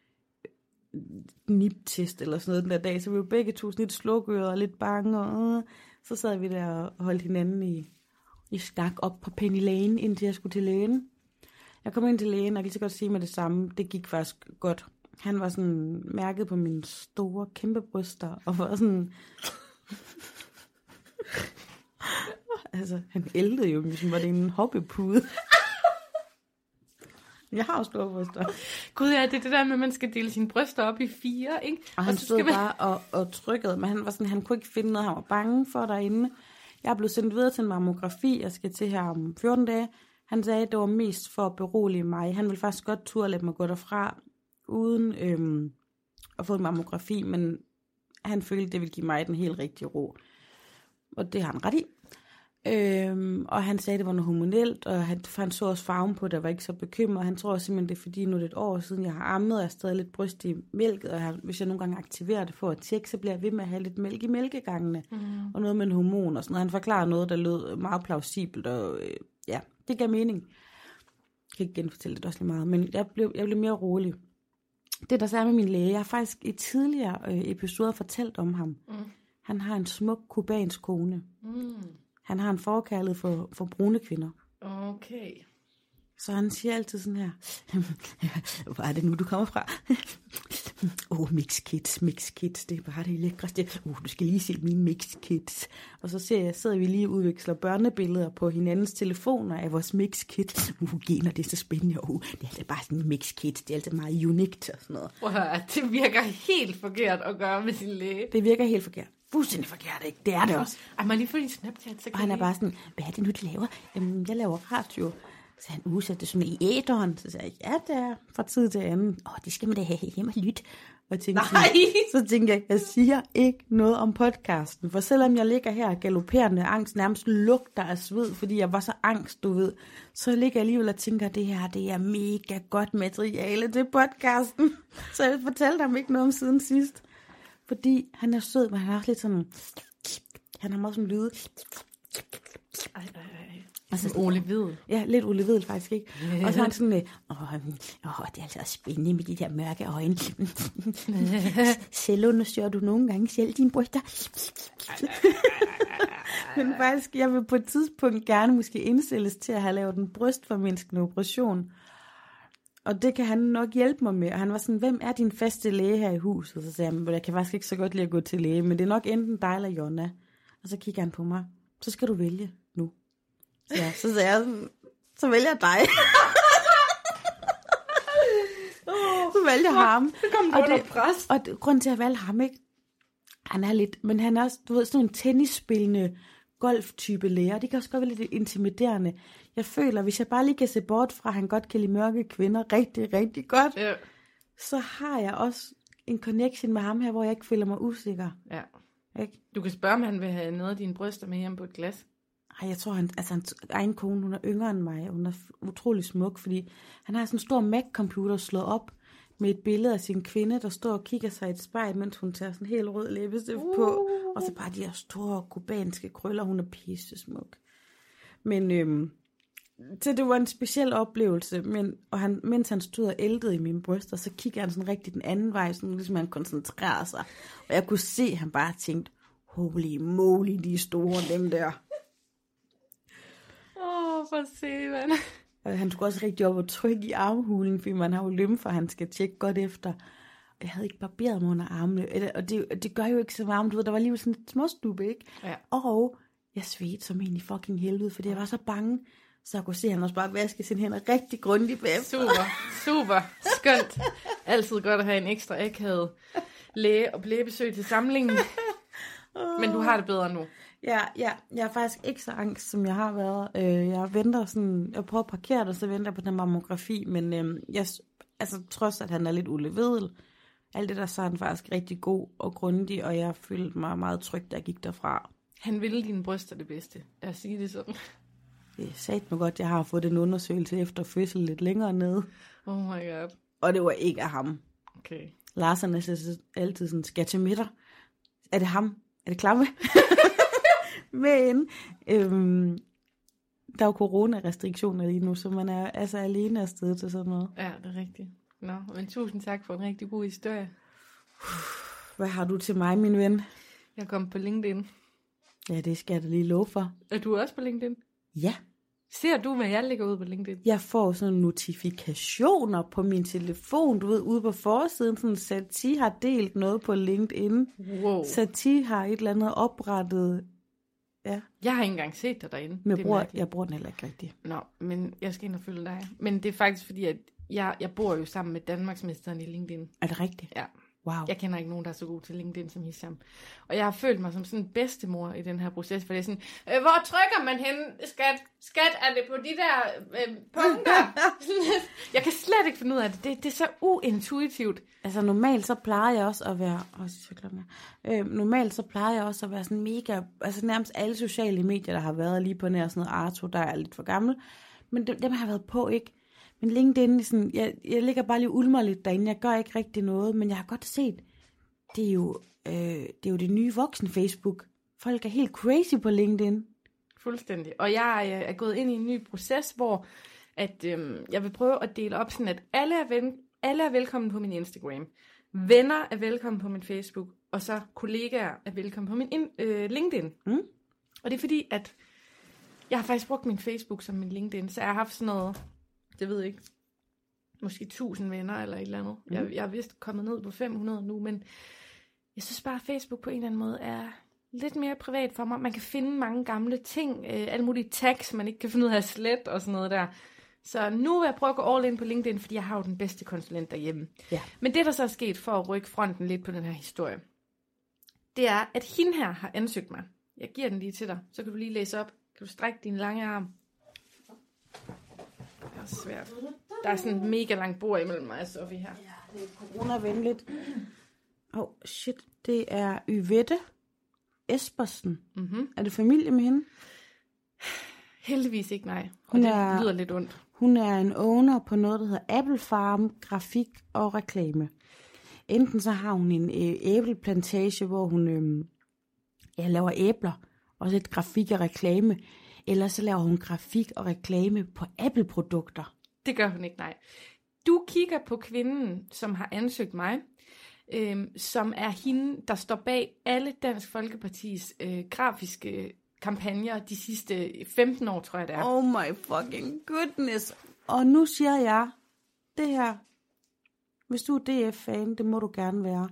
nip-test eller sådan noget den der dag, så vi var begge to sådan lidt slukøret og lidt bange, og øh, så sad vi der og holdt hinanden i, i skak op på Penny Lane, indtil jeg skulle til lægen. Jeg kom ind til lægen, og jeg kan så godt sige med det samme, det gik faktisk godt. Han var sådan mærket på mine store, kæmpe bryster, og var sådan... altså, han ældede jo, hvis var det en hobbypude. Jeg har jo store bryster. Gud ja, det er det der med, at man skal dele sine bryster op i fire, ikke? Og han og så stod skal man... bare og, og trykkede, men han var sådan, han kunne ikke finde noget, han var bange for derinde. Jeg er blevet sendt videre til en mammografi, jeg skal til her om fjorten dage. Han sagde, at det var mest for at berolige mig. Han ville faktisk godt turde lade mig gå derfra, uden øhm, at få en mammografi, men han følte, det ville give mig den helt rigtige ro. Og det har han ret i. Øhm, og han sagde, det var noget hormonelt, og han, han så også farven på det, og var ikke så bekymret. Han tror simpelthen, det er fordi, nu er det et år siden, jeg har ammet, og jeg har stadig lidt bryst i mælket, og jeg, hvis jeg nogle gange aktiverer det for at tjekke, så bliver jeg ved med at have lidt mælk i mælkegangene, mm. og noget med en hormon og sådan noget. Han forklarer noget, der lød meget plausibelt, og øh, ja, det gav mening. Jeg kan ikke genfortælle det også lige meget, men jeg blev, jeg blev mere rolig. Det, der så er med min læge, jeg har faktisk i tidligere øh, episoder fortalt om ham. Mm. Han har en smuk kubansk kone. Mm. Han har en forkærlighed for, for brune kvinder. Okay. Så han siger altid sådan her. Hvor er det nu, du kommer fra? Åh, oh, mix kids, mix kids. Det er bare det lækreste. Uh, du skal lige se mine mix kids. Og så ser jeg, sidder vi lige og udveksler børnebilleder på hinandens telefoner af vores mix kids. Uh, gener, det er så spændende. Uh, det er altid bare sådan en mix kids. Det er altid meget unikt og sådan noget. Wow, det virker helt forkert at gøre med sin læge. Det virker helt forkert. Fuldstændig forkert, ikke? Det er det også. Ej, man lige får din Snapchat, så kan og han er bare sådan, hvad er det nu, de laver? Jamen, jeg laver radio. Så han udsætter det sådan i æderen. Så sagde jeg, ja, det er fra tid til anden. Åh, det skal man da have hjemme og lytte. Og jeg tænkte, Nej! Så tænkte jeg, jeg siger ikke noget om podcasten. For selvom jeg ligger her galopperende angst, nærmest lugter af sved, fordi jeg var så angst, du ved, så ligger jeg alligevel og tænker, at det her, det er mega godt materiale til podcasten. Så jeg fortalte ham ikke noget om siden sidst. Fordi han er sød, men han er også lidt sådan, han har meget sådan lyde. Ej, ej, ej. Altså Ole Hvid. Ja, lidt Ole Hvid faktisk, ikke? Yeah. Og så er han sådan, åh, åh, det er altså spændende med de der mørke øjne. Selv undersøger du nogle gange selv dine bryster. Men faktisk, jeg vil på et tidspunkt gerne måske indstilles til at have lavet en brystforminskende operation. Og det kan han nok hjælpe mig med. Og han var sådan, hvem er din faste læge her i huset? Så sagde jeg, jeg kan faktisk ikke så godt lide at gå til læge, men det er nok enten dig eller Jonna. Og så kigger han på mig. Så skal du vælge nu. Så, ja, så sagde jeg sådan, så vælger jeg dig. Så vælger jeg ham. Så kom du under pres. Og det, grunden til at vælge ham, ikke? Han er lidt, men han er også, du ved, sådan en tennisspillende golf-type lærer. Det kan også godt være lidt intimiderende. Jeg føler, hvis jeg bare lige kan se bort fra, at han godt kan lide mørke kvinder rigtig, rigtig godt, ja. Så har jeg også en connection med ham her, hvor jeg ikke føler mig usikker. Ja. Ikke? Du kan spørge, om han vil have noget af dine bryster med hjem på et glas. Ej, jeg tror, han, altså hans egen kone, hun er yngre end mig. Hun er utrolig smuk, fordi han har sådan en stor Mac-computer slået op med et billede af sin kvinde, der står og kigger sig i et spejl, mens hun tager sådan en helt rød læbestift uh. på. Og så bare de her store kubanske krøller. Hun er pisse smuk. Men øhm, så det var en speciel oplevelse. Men, og han, mens han stod og æltede i mine bryster, så kigger han sådan rigtig den anden vej, sådan ligesom han koncentrerer sig. Og jeg kunne se, at han bare tænkte, holy moly, de er store, dem der. Åh, oh, for se, man. Og han skulle også rigtig op og trykke i armhulen, fordi man har jo lymfer, han skal tjekke godt efter. Jeg havde ikke barberet mig under armene, og det, det gør jo ikke så varmt, du ved, der var lige sådan et småstube, ikke? Ja. Og jeg svedte som en i fucking helvede, fordi jeg var så bange, så jeg kunne se, at han også bare vaske sine hænder rigtig grundigt bagefter. Super, super, skønt. Altid godt at have en ekstra akavet læge og lægebesøg til samlingen. Men du har det bedre nu. Ja, ja, jeg er faktisk ikke så angst, som jeg har været. Øh, jeg venter sådan, jeg prøver at parkere det, og så venter jeg på den mammografi, men øh, jeg, altså trods at han er lidt Ole Vedel, alt det der, så er han faktisk rigtig god og grundig, og jeg følte mig meget tryg, da jeg gik derfra. Han ville dine bryster det bedste, jeg siger det sådan. Det sagde mig godt, jeg har fået en undersøgelse efter fødsel lidt længere nede. Oh my god. Og det var ikke af ham. Okay. Larsen er altid sådan, skal jeg til middag? Er det ham? Er det klamme? Men øhm, der er jo coronarestriktioner lige nu, så man er altså alene afsted til sådan noget. Ja, det er rigtigt. Nå, men tusind tak for en rigtig god historie. Hvad har du til mig, min ven? Jeg kom på LinkedIn. Ja, det skal jeg da lige love for. Er du også på LinkedIn? Ja. Ser du, hvad jeg lægger ud på LinkedIn? Jeg får sådan notifikationer på min telefon, du ved, ude på forsiden, sådan Satie har delt noget på LinkedIn. Wow. Satie har et eller andet oprettet. Ja. Jeg har ikke engang set dig derinde. Men jeg bruger, jeg bruger den heller ikke rigtigt. Nå, men jeg skal ind og følge dig. Men det er faktisk fordi, at jeg, jeg bor jo sammen med Danmarksmesteren i LinkedIn. Er det rigtigt? Ja. Wow. Jeg kender ikke nogen, der er så god til LinkedIn som Hisham. Og jeg har følt mig som sådan en bedstemor i den her proces, for det er sådan, øh, hvor trykker man hen, skat? Skat, er det på de der øh, punkter? Jeg kan slet ikke finde ud af det. det. Det er så uintuitivt. Altså normalt så plejer jeg også at være, åh, øh, normalt så plejer jeg også at være sådan mega, altså nærmest alle sociale medier, der har været lige på nær sådan noget Arto, der er lidt for gammel, men dem, dem har jeg været på, ikke? Men LinkedIn, sådan, jeg, jeg ligger bare lige ulmer lidt derinde, jeg gør ikke rigtig noget, men jeg har godt set, det er jo, øh, det, er jo det nye voksen Facebook. Folk er helt crazy på LinkedIn. Fuldstændig. Og jeg er, er gået ind i en ny proces, hvor at, øh, jeg vil prøve at dele op, sådan at alle er, ven, alle er velkommen på min Instagram. Venner er velkommen på min Facebook, og så kollegaer er velkommen på min in, øh, LinkedIn. Mm. Og det er fordi, at jeg har faktisk brugt min Facebook som min LinkedIn, så jeg har haft sådan noget, det ved jeg ikke, måske tusind venner eller et eller andet. Mm. Jeg, jeg er vist kommet ned på fem hundrede nu, men jeg synes bare, at Facebook på en eller anden måde er lidt mere privat for mig. Man kan finde mange gamle ting, øh, alle mulige tags, man ikke kan finde ud af at slet og sådan noget der. Så nu vil jeg prøve at gå all in på LinkedIn, fordi jeg har jo den bedste konsulent derhjemme. Ja. Men det, der så er sket for at rykke fronten lidt på den her historie, det er, at hende her har ansøgt mig. Jeg giver den lige til dig, så kan du lige læse op. Kan du strække din lange arm? Det er svært. Der er sådan en mega lang bord imellem mig og Sofie her. Ja, det er coronavenligt. Åh, oh, shit. Det er Yvette Espersen. Mm-hmm. Er det familie med hende? Heldigvis ikke, nej. Og hun det er, lyder lidt ondt. Hun er en owner på noget, der hedder Apple Farm, grafik og reklame. Enten så har hun en øh, æbleplantage, hvor hun øh, ja, laver æbler, og lidt grafik og reklame. Eller så laver hun grafik og reklame på Apple-produkter. Det gør hun ikke, nej. Du kigger på kvinden, som har ansøgt mig, øh, som er hende, der står bag alle Dansk Folkepartis øh, grafiske kampagner de sidste femten år, tror jeg det er. Oh my fucking goodness. Og nu siger jeg, det her, hvis du er D F-fan, det må du gerne være,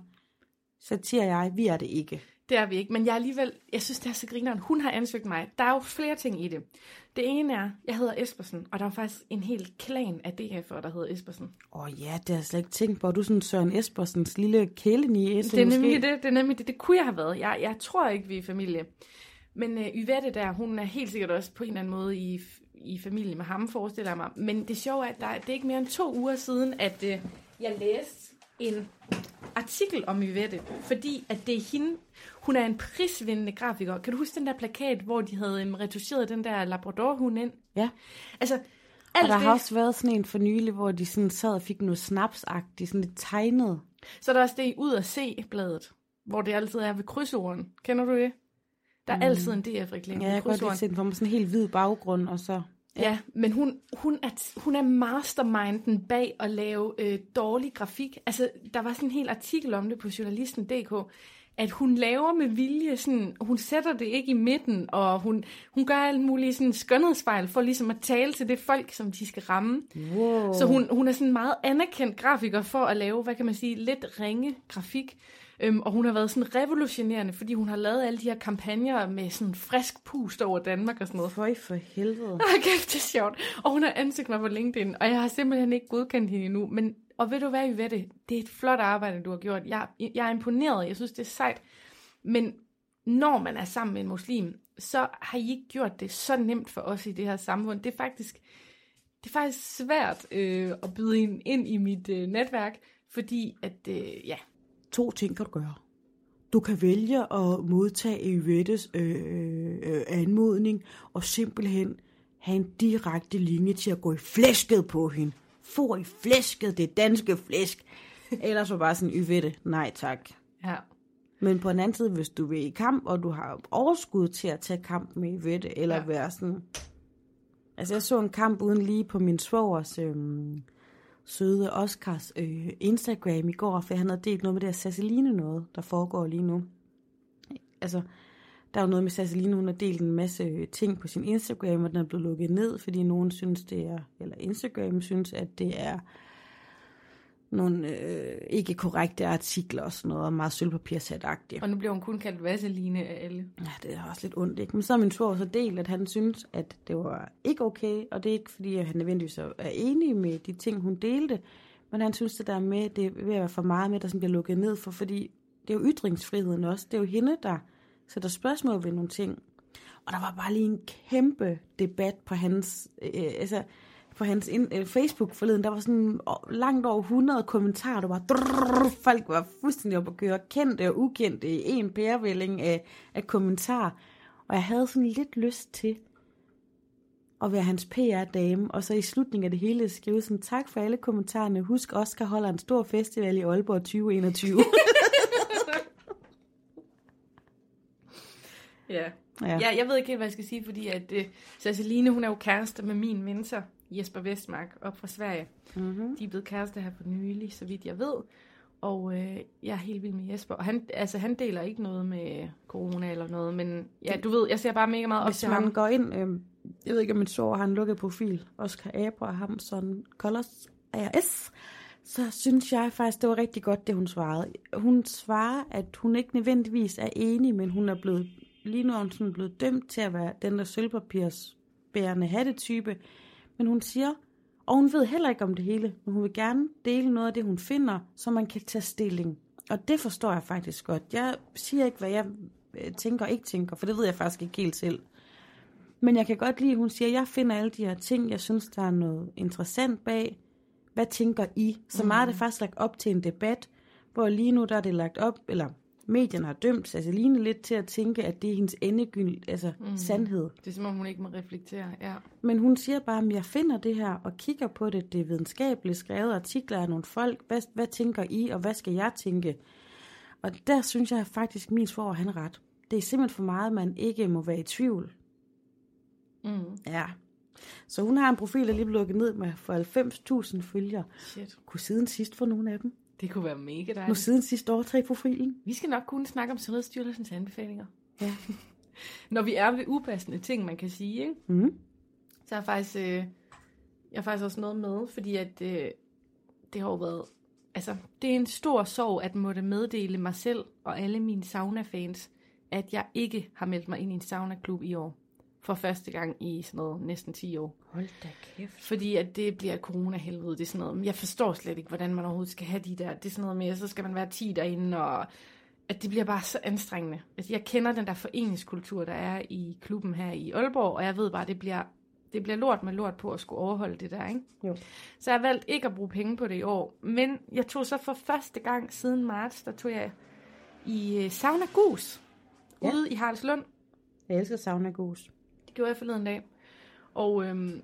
så siger jeg, vi er det ikke. Det er vi ikke, men jeg alligevel, jeg synes, det er så grineren. Hun har ansøgt mig. Der er jo flere ting i det. Det ene er, jeg hedder Espersen, og der er faktisk en hel klan af D F'ere, der hedder Espersen. Åh oh ja, det har jeg slet ikke tænkt på. Er du sådan Søren Espersens lille kælenige? Det er nemlig det, det er nemlig det. Det kunne jeg have været. Jeg, jeg tror ikke, vi er familie. Men uh, Yvette der, hun er helt sikkert også på en eller anden måde i, i familie med ham, forestiller jeg mig. Men det sjove er, at der, det er ikke mere end to uger siden, at uh, jeg læste en artikel om Yvette, fordi at det er hende, hun er en prisvindende grafiker. Kan du huske den der plakat, hvor de havde um, retuscheret den der labradorhund ind? Ja. Altså, alt og der det... har også været sådan en for nylig, hvor de sådan sad og fik noget snapsagtigt, sådan lidt tegnet. Så der er også det ud at se bladet, hvor det altid er ved krydsorden. Kender du det? Der er mm. altid en D F-reklame. Ja, jeg kan godt lide set for mig sådan en helt hvid baggrund, og så... Ja, ja, men hun, hun, er, hun er masterminden bag at lave øh, dårlig grafik. Altså, der var sådan en hel artikel om det på journalisten punktum d k, at hun laver med vilje, sådan, hun sætter det ikke i midten, og hun, hun gør alle mulige sådan, skønhedsfejl for ligesom at tale til det folk, som de skal ramme. Wow. Så hun, hun er sådan en meget anerkendt grafiker for at lave, hvad kan man sige, lidt ringe grafik. Øhm, og hun har været sådan revolutionerende, fordi hun har lavet alle de her kampagner med sådan frisk pust over Danmark og sådan noget. Føj for helvede. Ah, kæft, det er sjovt. Og hun har ansøgt mig på LinkedIn, og jeg har simpelthen ikke godkendt hende endnu. Men, og ved du hvad, Yvette? Det er et flot arbejde, du har gjort. Jeg, jeg er imponeret, jeg synes, det er sejt. Men når man er sammen med en muslim, så har I ikke gjort det så nemt for os i det her samfund. Det er faktisk, det er faktisk svært øh, at byde ind, ind i mit øh, netværk, fordi at, øh, ja... To ting kan du gøre. Du kan vælge at modtage Yvettes øh, øh, anmodning, og simpelthen have en direkte linje til at gå i flæsket på hende. Få i flæsket, det danske flæsk. Ellers så bare sådan, Yvette, nej tak. Ja. Men på en anden side, hvis du vil i kamp, og du har overskud til at tage kamp med Yvette, eller ja. Være sådan... Altså, jeg så en kamp uden lige på min svogers... Øh, søde Oscars øh, Instagram i går, for han havde delt noget med det her Sasseline noget, der foregår lige nu. Altså, der er jo noget med Sasseline, hun har delt en masse ting på sin Instagram, og den er blevet lukket ned, fordi nogen synes, det er, eller Instagram synes, at det er nogle øh, ikke korrekte artikler og sådan noget, meget sølvpapirsat-agtigt. Og nu bliver hun kun kaldt Vasseline af alle. Ja, det er også lidt ondt, ikke? Men så har min svor så delt, at han synes, at det var ikke okay, og det er ikke, fordi han nødvendigvis er enig med de ting, hun delte, Men han synes det der med, det er ved at være for meget med, der sådan bliver lukket ned for, fordi det er jo ytringsfriheden også. Det er jo hende, der sætter spørgsmål ved nogle ting. Og der var bare lige en kæmpe debat på hans, øh, altså, på hans in, øh, Facebook forleden. Der var sådan langt over hundrede kommentarer, der var drrr, folk var fuldstændig op at køre, kendte og ukendte i en pærevælling af, af kommentarer. Og jeg havde sådan lidt lyst til at være hans P R-dame, og så i slutningen af det hele skrive sådan, tak for alle kommentarerne. Husk, Oscar holder en stor festival i Aalborg tyve enogtyve. Ja. Ja. ja, jeg ved ikke helt, hvad jeg skal sige, fordi at uh, Ceciline, hun er jo kæreste med min mentor, Jesper Vestmark, op fra Sverige. Mm-hmm. De er blevet kærester her for nylig, så vidt jeg ved. Og uh, jeg er helt vild med Jesper. Og han, altså, han deler ikke noget med corona eller noget, men ja, du ved, jeg ser bare mega meget op til ham. Hvis man går ind, øh, jeg ved ikke, om min så har en lukket profil, Oscar Abrahamson Colors A R S, så synes jeg faktisk, det var rigtig godt, det hun svarede. Hun svarer, at hun ikke nødvendigvis er enig, men hun er blevet lige nu er hun sådan blevet dømt til at være den der sølvpapirsbærende hattetype. Men hun siger, og hun ved heller ikke om det hele, men hun vil gerne dele noget af det, hun finder, så man kan tage stilling. Og det forstår jeg faktisk godt. Jeg siger ikke, hvad jeg tænker og ikke tænker, for det ved jeg faktisk ikke helt selv. Men jeg kan godt lide, at hun siger, at jeg finder alle de her ting, jeg synes, der er noget interessant bag. Hvad tænker I? Så meget mm. er det faktisk lagt op til en debat, hvor lige nu der er det lagt op, eller medierne har dømt Ceciline lidt til at tænke, at det er hendes endegyldige, altså mm. sandhed. Det er som om hun ikke må reflektere, ja. Men hun siger bare, at jeg finder det her og kigger på det, det er videnskabeligt skrevet artikler af nogle folk. Hvad, hvad tænker I, og hvad skal jeg tænke? Og der synes jeg faktisk, at min svoger han ret. Det er simpelthen for meget, man ikke må være i tvivl. Mm. Ja. Så hun har en profil, der lige blev lukket ned med for halvfems tusind følgere. Shit. Kunne siden sidst få nogle af dem. Det kunne være mega dejligt. Nu siden sidste år tre profilen. Vi skal nok kunne snakke om Sundhedsstyrelsens anbefalinger. Ja. Når vi er ved upassende ting, man kan sige, ikke? Mm. Så er jeg faktisk, øh, jeg er faktisk også noget med, fordi at øh, det har jo været, altså det er en stor sorg at måtte meddele mig selv og alle mine sauna-fans, at jeg ikke har meldt mig ind i en sauna-klub i år. For første gang i sådan noget, næsten ti år. Hold da kæft. Fordi at det bliver et corona-helvede. Det er sådan noget, jeg forstår slet ikke, hvordan man overhovedet skal have de der. Det er sådan noget med, så skal man være ti derinde, og at det bliver bare så anstrengende. Altså, jeg kender den der foreningskultur, der er i klubben her i Aalborg, og jeg ved bare, det bliver, det bliver lort med lort på at skulle overholde det der, ikke? Jo. Så jeg har valgt ikke at bruge penge på det i år. Men jeg tog så for første gang siden marts, der tog jeg i Sauna Gus, ja. Ude i Haraldslund. Jeg elsker Sauna Gus. Det gjorde jeg forleden dag. Og øhm,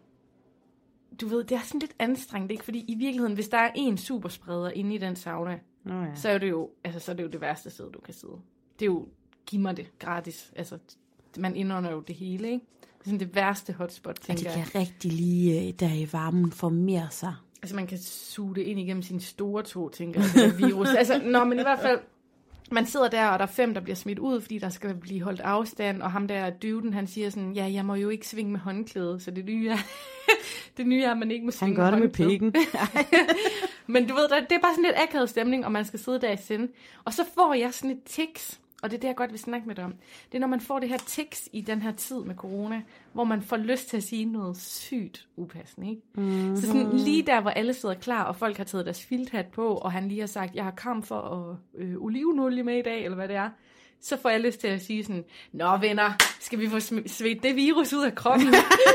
du ved, det er sådan lidt anstrengt, ikke? Fordi i virkeligheden, hvis der er en superspreder inde i den sauna, oh, ja. så, er det jo, altså, så er det jo det værste sted, du kan sidde. Det er jo, giv mig det gratis. Altså, man indånder jo det hele, ikke? Det er sådan det værste hotspot, tænker jeg. Ja, det kan rigtig lige, der i varmen formere sig. Altså, man kan suge det ind igennem sine store tog, tænker jeg, det virus. Altså, nå, men i hvert fald, man sidder der, og der er fem, der bliver smidt ud, fordi der skal blive holdt afstand, og ham der dyvden, han siger sådan, ja, jeg må jo ikke svinge med håndklæde, så det nye er, det nye er, at man ikke må svinge med håndklæde. Han gør det med pikken. Men du ved, det er bare sådan lidt akavet stemning, og man skal sidde der i sinde. Og så får jeg sådan et tics, og det er det, jeg godt vil snakke med dig om. Det er, når man får det her tics i den her tid med corona, hvor man får lyst til at sige noget sygt upassende, ikke? Mm-hmm. Så sådan lige der, hvor alle sidder klar, og folk har taget deres filthat på, og han lige har sagt, jeg har kamfer og øh, olivenolie med i dag, eller hvad det er, så får jeg lyst til at sige sådan, nå venner, skal vi få svedt det virus ud af kroppen?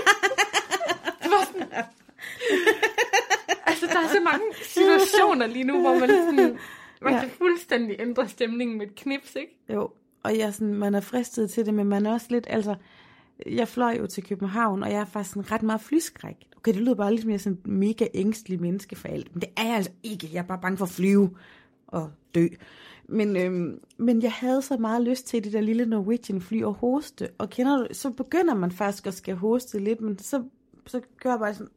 Det var sådan... Altså, der er så mange situationer lige nu, hvor man sådan... Man ja. kan fuldstændig ændre stemningen med et knips, ikke? Jo, og jeg sådan, man er fristet til det, men man er også lidt, altså, jeg fløj jo til København, og jeg er faktisk sådan ret meget flyskræk. Okay, det lyder bare lidt mere sådan mega ængstelig menneske for alt, men det er jeg altså ikke. Jeg er bare bange for at flyve og dø. Men, øhm, men jeg havde så meget lyst til det der lille Norwegian fly og hoste, og kender du, så begynder man faktisk at skal hoste lidt, men så, så gør jeg bare sådan...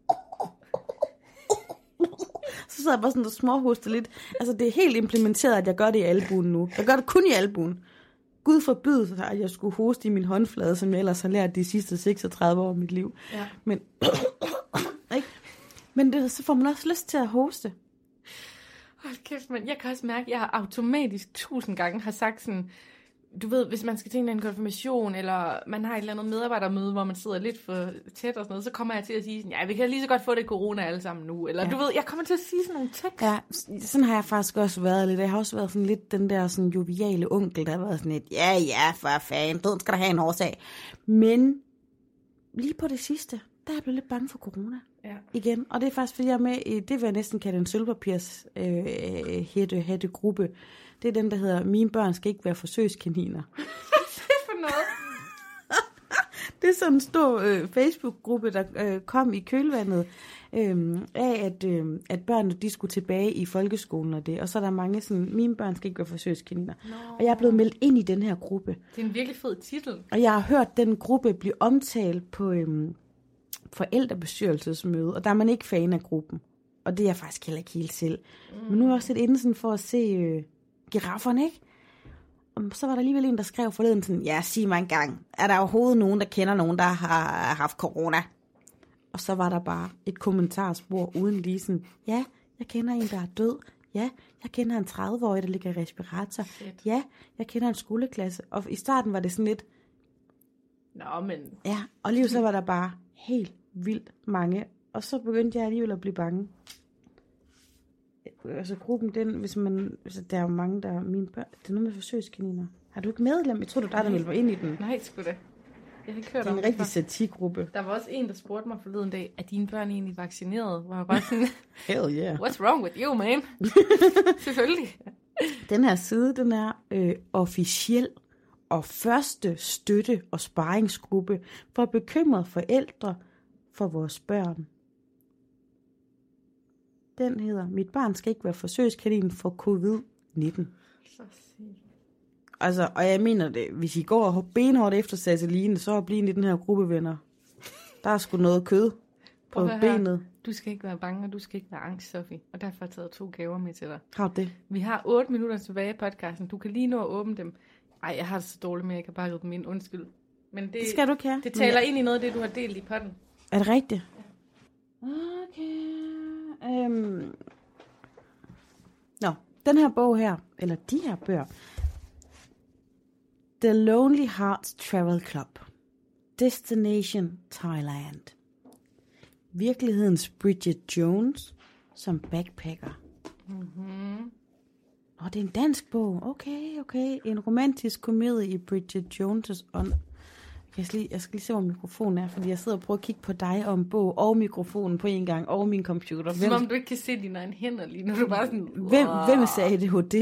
Så sidder jeg bare sådan og småhoster lidt. Altså, det er helt implementeret, at jeg gør det i albuen nu. Jeg gør det kun i albuen. Gud forbyde, at jeg skulle hoste i min håndflade, som jeg ellers har lært de sidste seksogtredive år af mit liv. Ja. Men, ikke? Men det, så får man også lyst til at hoste. Hold kæft, men jeg kan også mærke, at jeg automatisk tusind gange har sagt sådan, du ved, hvis man skal til en konfirmation, eller man har et eller andet medarbejdermøde, hvor man sidder lidt for tæt og sådan noget, så kommer jeg til at sige sådan, ja, vi kan lige så godt få det corona alle sammen nu. Eller ja. Du ved, jeg kommer til at sige sådan nogle tekst. Ja, sådan har jeg faktisk også været lidt. Jeg har også været sådan lidt den der sådan joviale onkel, der har været sådan lidt, ja, ja, for fanden, døden skal der have en årsag. Men lige på det sidste, der er jeg blevet lidt bange for corona. Ja. Igen. Og det er faktisk, fordi jeg er med i, det vil jeg næsten kalde en sølvpapirs øh, hætte, hætte gruppe. Det er den, der hedder, mine børn skal ikke være forsøgskaniner. Hvad er det for noget? Det er sådan en stor øh, Facebook-gruppe, der øh, kom i kølvandet øh, af, at, øh, at børnene de skulle tilbage i folkeskolen og det. Og så er der mange sådan, mine børn skal ikke være forsøgskaniner. No. Og jeg er blevet meldt ind i den her gruppe. Det er en virkelig fed titel. Og jeg har hørt den gruppe blive omtalt på øh, forældrebestyrelsesmøde, og der er man ikke fan af gruppen. Og det er jeg faktisk heller ikke helt selv. Mm. Men nu er jeg også lidt inde sådan for at se øh, girafferne, ikke? Og så var der alligevel en, der skrev forleden sådan, ja, sig mig engang, er der overhovedet nogen, der kender nogen, der har haft corona? Og så var der bare et kommentarspor uden lige sådan, ja, jeg kender en, der er død. Ja, jeg kender en tredive-årig, der ligger i respirator. Shit. Ja, jeg kender en skoleklasse. Og i starten var det sådan lidt... Nå, men... Ja, og lige så var der bare helt vildt mange. Og så begyndte jeg alligevel at blive bange. Altså gruppen, den, hvis man, hvis der er jo mange, der er mine børn, det er noget med forsøgskaniner. Har du ikke medlem? Jeg tror du, der er der meldte mig ind i den. Nej, sgu da. Jeg har ikke hørt det er om en rigtig satirgruppe. Der var også en, der spurgte mig forleden dag, er dine børn egentlig vaccineret? Hvor jeg bare sådan, hell yeah. What's wrong with you, man? Selvfølgelig. Den her side, den er øh, officiel og første støtte- og sparringsgruppe for bekymrede forældre for vores børn. Den hedder, mit barn skal ikke være forsøgskanin for covid nitten. Så sygt. Altså, og jeg mener det, hvis I går og benhårdt efter Sasseline, så bliver I den her gruppe venner. Der er sgu noget kød på benet. Du skal ikke være bange, og du skal ikke være angst, Sofie. Og derfor har jeg taget to gaver med til dig. Har det? Vi har otte minutter tilbage i podcasten. Du kan lige nå at åbne dem. Ej, jeg har det så dårligt med, at jeg kan bare dem ind. Undskyld. Men det, det skal du ikke have. Det taler ind i noget af det, du har delt i potten. Er det rigtigt? Ja. Okay. Øhm. Nå, den her bog her, eller de her bøger, The Lonely Hearts Travel Club, Destination Thailand, virkelighedens Bridget Jones som backpacker. Mm-hmm. Nå, det er en dansk bog. Okay, okay. En romantisk komedie i Bridget Jones' ånd. Jeg skal, lige, jeg skal lige se, hvor mikrofonen er, fordi jeg sidder og prøver at kigge på dig og en bog, og mikrofonen på en gang, og min computer. Som om du ikke kan se dine egne hænder lige nu. Du bare sådan... Wow. Hvem, hvem sagde A D H D?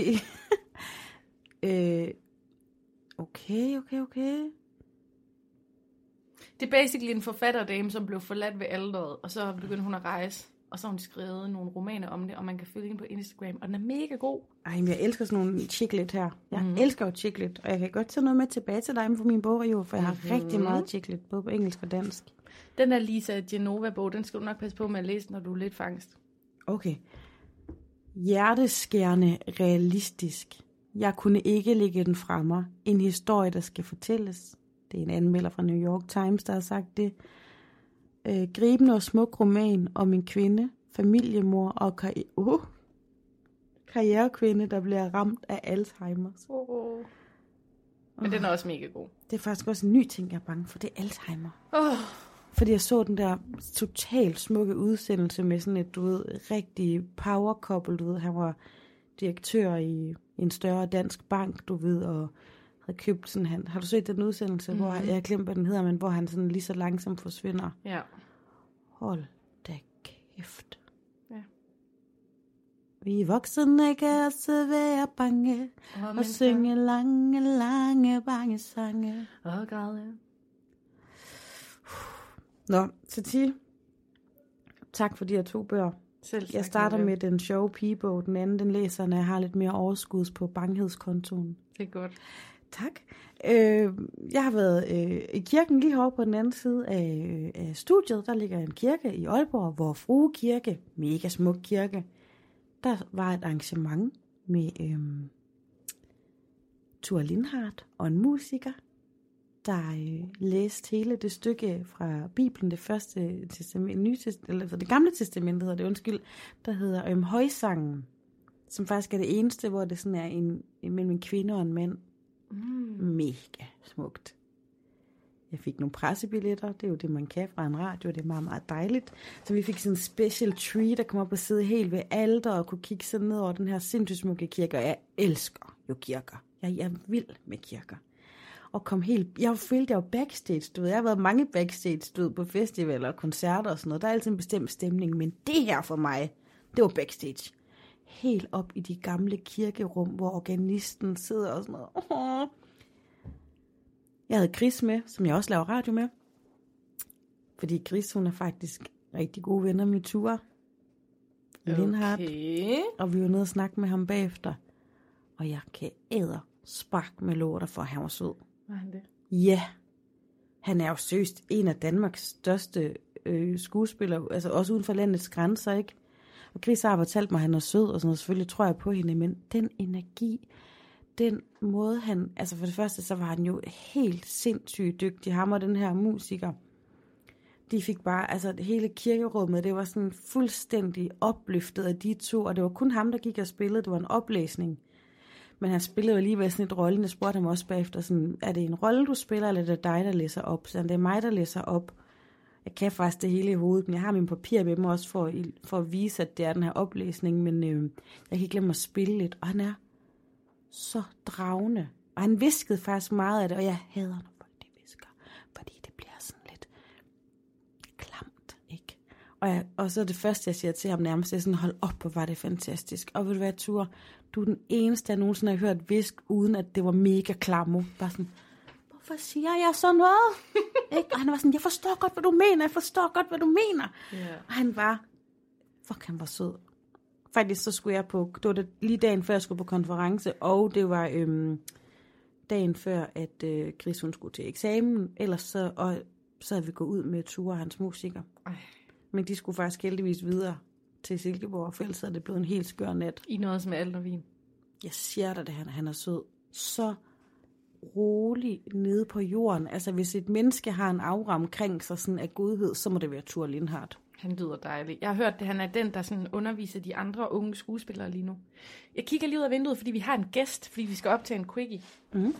øh, okay, okay, okay. Det er basically en forfatterdame, som blev forladt ved alderet, og så begyndte hun at rejse. Og så har hun skrevet nogle romaner om det, og man kan følge hende på Instagram, og den er mega god. Ej, men jeg elsker sådan nogle chicklet her. Jeg mm. elsker jo chicklet, og jeg kan godt tage noget med tilbage til dig på min bogreol, for jeg har mm. rigtig meget chicklet, både på engelsk og dansk. Den der Lisa Genova-bog, den skal du nok passe på med at læse, når du er lidt fangst. Okay. Hjerteskærende realistisk. Jeg kunne ikke lægge den fra mig. En historie, der skal fortælles. Det er en anmelder fra New York Times, der har sagt det. Øh, gribende og smuk roman om en kvinde, familiemor og karri- uh, karrierekvinde, der bliver ramt af Alzheimer's. Oh, oh. Men uh. den er også mega god. Det er faktisk også en ny ting, jeg er bange for. Det er Alzheimer. Oh. Fordi jeg så den der totalt smukke udsendelse med sådan et, du ved, rigtig power couple, du ved. Han var direktør i en større dansk bank, du ved, og havde købt sådan, han, har du set den udsendelse, mm-hmm. hvor, jeg har glemt, hvad den hedder, men hvor han sådan lige så langsomt forsvinder. Ja. Hold da kæft. Ja. Vi voksne kan også være bange, og, og synge lange, lange, bange sange. Og græde. Nå, Satie, tak for de her to bøger. Selv jeg starter med den sjove pigebog, den anden, den læser, når jeg har lidt mere overskuds på bankhedskontoen. Det er godt. Tak. Øh, jeg har været øh, i kirken lige herovre på den anden side af, af studiet. Der ligger en kirke i Aalborg, Vor Frue Kirke, mega smuk kirke. Der var et arrangement med øh, Thor Lindhardt og en musiker, der øh, læste hele det stykke fra Bibelen, det første testament, nye testament, eller det gamle testament hedder det, undskyld, der hedder øh, Højsangen, som faktisk er det eneste, hvor det sådan er en, mellem en kvinde og en mand. Mm. Mega smukt. Jeg fik nogle pressebilletter, det er jo det, man kan fra en radio, det er meget, meget dejligt. Så vi fik sådan en special tree, der kom op og sidde helt ved alter og kunne kigge sådan ned over den her sindssygt smukke kirke. Og jeg elsker jo kirker. Jeg er vild med kirker. Og kom helt, jeg følte, jeg var backstage, du ved. Jeg har været mange backstage, du ved, på festivaler og koncerter og sådan noget. Der er altid en bestemt stemning, men det her for mig, det var backstage. Helt op i de gamle kirkerum, hvor organisten sidder og sådan noget. Oh. Jeg havde Chris med, som jeg også laver radio med. Fordi Chris, hun er faktisk rigtig gode venner med Ture. Okay. Og vi var nede og snakke med ham bagefter. Og jeg kan æder spark med lorter for, at han var sød. Var han det? Ja. Han er jo seriøst en af Danmarks største øh, skuespillere. Altså også uden for landets grænser, ikke? Og Chris har fortalt mig, at han er sød og sådan noget. Selvfølgelig tror jeg på hende, men den energi... Den måde han, altså for det første, så var han jo helt sindssygt dygtig, ham og den her musiker. De fik bare, altså hele kirkerummet, det var sådan fuldstændig opløftet af de to, og det var kun ham, der gik og spillede, det var en oplæsning. Men han spillede jo alligevel sådan et rolle, jeg spurgte ham også bagefter, sådan, er det en rolle, du spiller, eller er det dig, der læser op? Så det er mig, der læser op. Jeg kan faktisk det hele i hovedet, men jeg har min papir med mig også for, for at vise, at det er den her oplæsning, men øh, jeg kan ikke glemme at spille lidt, og han er så dragende. Og han viskede faktisk meget af det, og jeg hader, når folk de visker, fordi det bliver sådan lidt klamt, ikke? Og, jeg, og så det første, jeg siger til ham nærmest, det er sådan, hold op, hvor var det fantastisk. Og ved du hvad, Ture, du er den eneste, jeg nogensinde har hørt visk, uden at det var mega klammo. Bare sådan, hvorfor siger jeg så noget? Ikke? Og han var sådan, jeg forstår godt, hvad du mener, jeg forstår godt, hvad du mener. Yeah. Og han var, fuck, han var sød. Faktisk så skulle jeg på, det var det lige dagen før jeg skulle på konference, og det var øhm, dagen før, at øh, Chris hun skulle til eksamen, ellers så, og så havde vi gået ud med Ture og hans musiker. Ej. Men de skulle faktisk heldigvis videre til Silkeborg, for ellers havde det blevet en helt skør nat. I noget med alt og vin. Jeg siger dig det, han, han er sød. Så rolig nede på jorden. Altså hvis et menneske har en aura omkring sig sådan af godhed, så må det være Ture Lindhardt. Han lyder dejlig. Jeg har hørt, at han er den, der sådan underviser de andre unge skuespillere lige nu. Jeg kigger lige ud af vinduet, fordi vi har en gæst, fordi vi skal optage en quickie. Mm.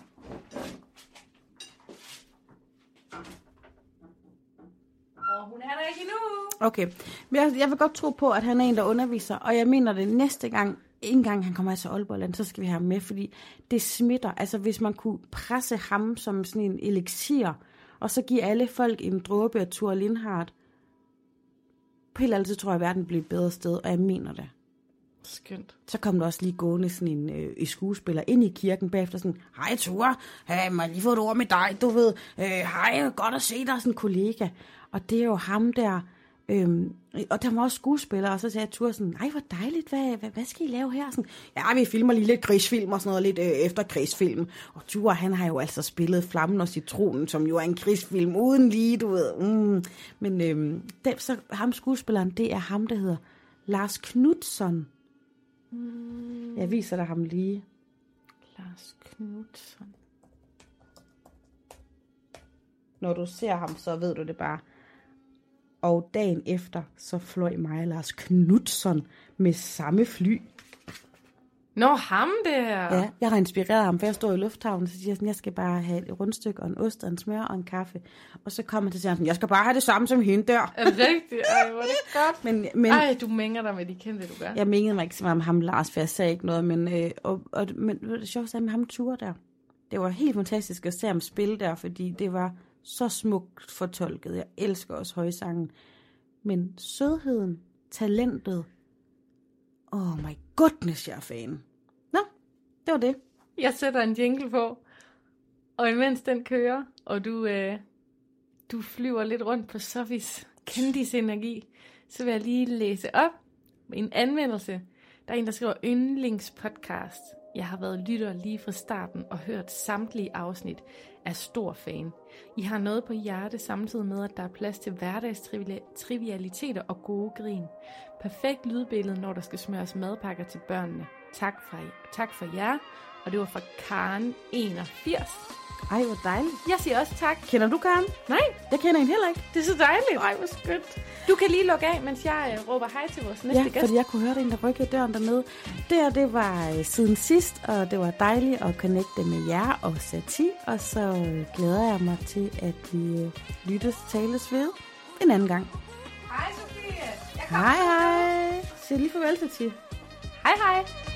Og hun er der ikke endnu. Okay, men jeg, jeg vil godt tro på, at han er en, der underviser, og jeg mener det næste gang, en gang han kommer til Aalborgland, så skal vi have ham med, fordi det smitter. Altså hvis man kunne presse ham som sådan en elixir, og så give alle folk en dråbe af Ture Lindhardt, på helt altid tror jeg, at verden bliver et bedre sted, og jeg mener det. Skønt. Så kom der også lige gående sådan en øh, skuespiller ind i kirken bagefter sådan, hej Ture, hey, må jeg lige få et ord med dig, du ved, øh, hej, godt at se dig, sådan en kollega. Og det er jo ham der, øhm, og der var også skuespillere, og så sagde Ture sådan, nej, hvor dejligt, hvad, hvad, hvad skal I lave her? Sådan, ja, vi filmer lige lidt krigsfilm og sådan noget, lidt øh, efter krigsfilm. Og Ture, han har jo altså spillet Flammen og Citronen, som jo er en krigsfilm uden lige, du ved. Mm. Men øhm, det, så ham skuespilleren, det er ham, der hedder Lars Knutzon. Mm. Jeg viser dig ham lige. Lars Knutzon. Når du ser ham, så ved du det bare. Og dagen efter, så fløj mig og Lars Knutzon med samme fly. Nå, ham der! Ja, jeg har inspireret ham, for jeg står i lufthavnen, så siger jeg sådan, jeg skal bare have et rundstykke og en ost og en smør og en kaffe. Og så kommer han til at sige sådan, jeg skal bare have det samme som hende der. Er det rigtigt? Ej, hvor er det godt. Men, men, Ej, du mænger dig med de kendte, du gør. Jeg mængede mig ikke så meget om ham, Lars, for jeg sagde ikke noget, men, øh, og, og, men det sjovt med ham Ture der. Det var helt fantastisk at se ham spille der, fordi det var så smukt fortolket. Jeg elsker også højsangen. Men sødheden, talentet, oh my goodness, jeg er fan. Nå, det var det. Jeg sætter en jingle på, og imens den kører, og du, øh, du flyver lidt rundt på Sofis kendisenergi, så vil jeg lige læse op med en anmeldelse. Der er en, der skriver yndlingspodcast. Jeg har været lytter lige fra starten og hørt samtlige afsnit. Er stor fan. I har noget på hjerte samtidig med, at der er plads til hverdagstrivialiteter og gode grin. Perfekt lydbillede, når der skal smøres madpakker til børnene. Tak for, tak for jer. Og det var fra Karen enogfirs. Ej, hvor dejligt. Jeg siger også tak. Kender du Karen? Nej. Jeg kender hende heller ikke. Det er så dejligt. Ej, hvor skønt. Du kan lige lukke af, mens jeg øh, råber hej til vores næste Ja, gæst. fordi jeg kunne høre, det en, der rykkede døren dernede. Det her, det var øh, siden sidst, og det var dejligt at connecte med jer og Sati. Og så øh, glæder jeg mig til, at vi øh, lyttes tales ved en anden gang. Hej, Sofie. Hej, hej. Sig lige farvel, Sati. Hej, hej.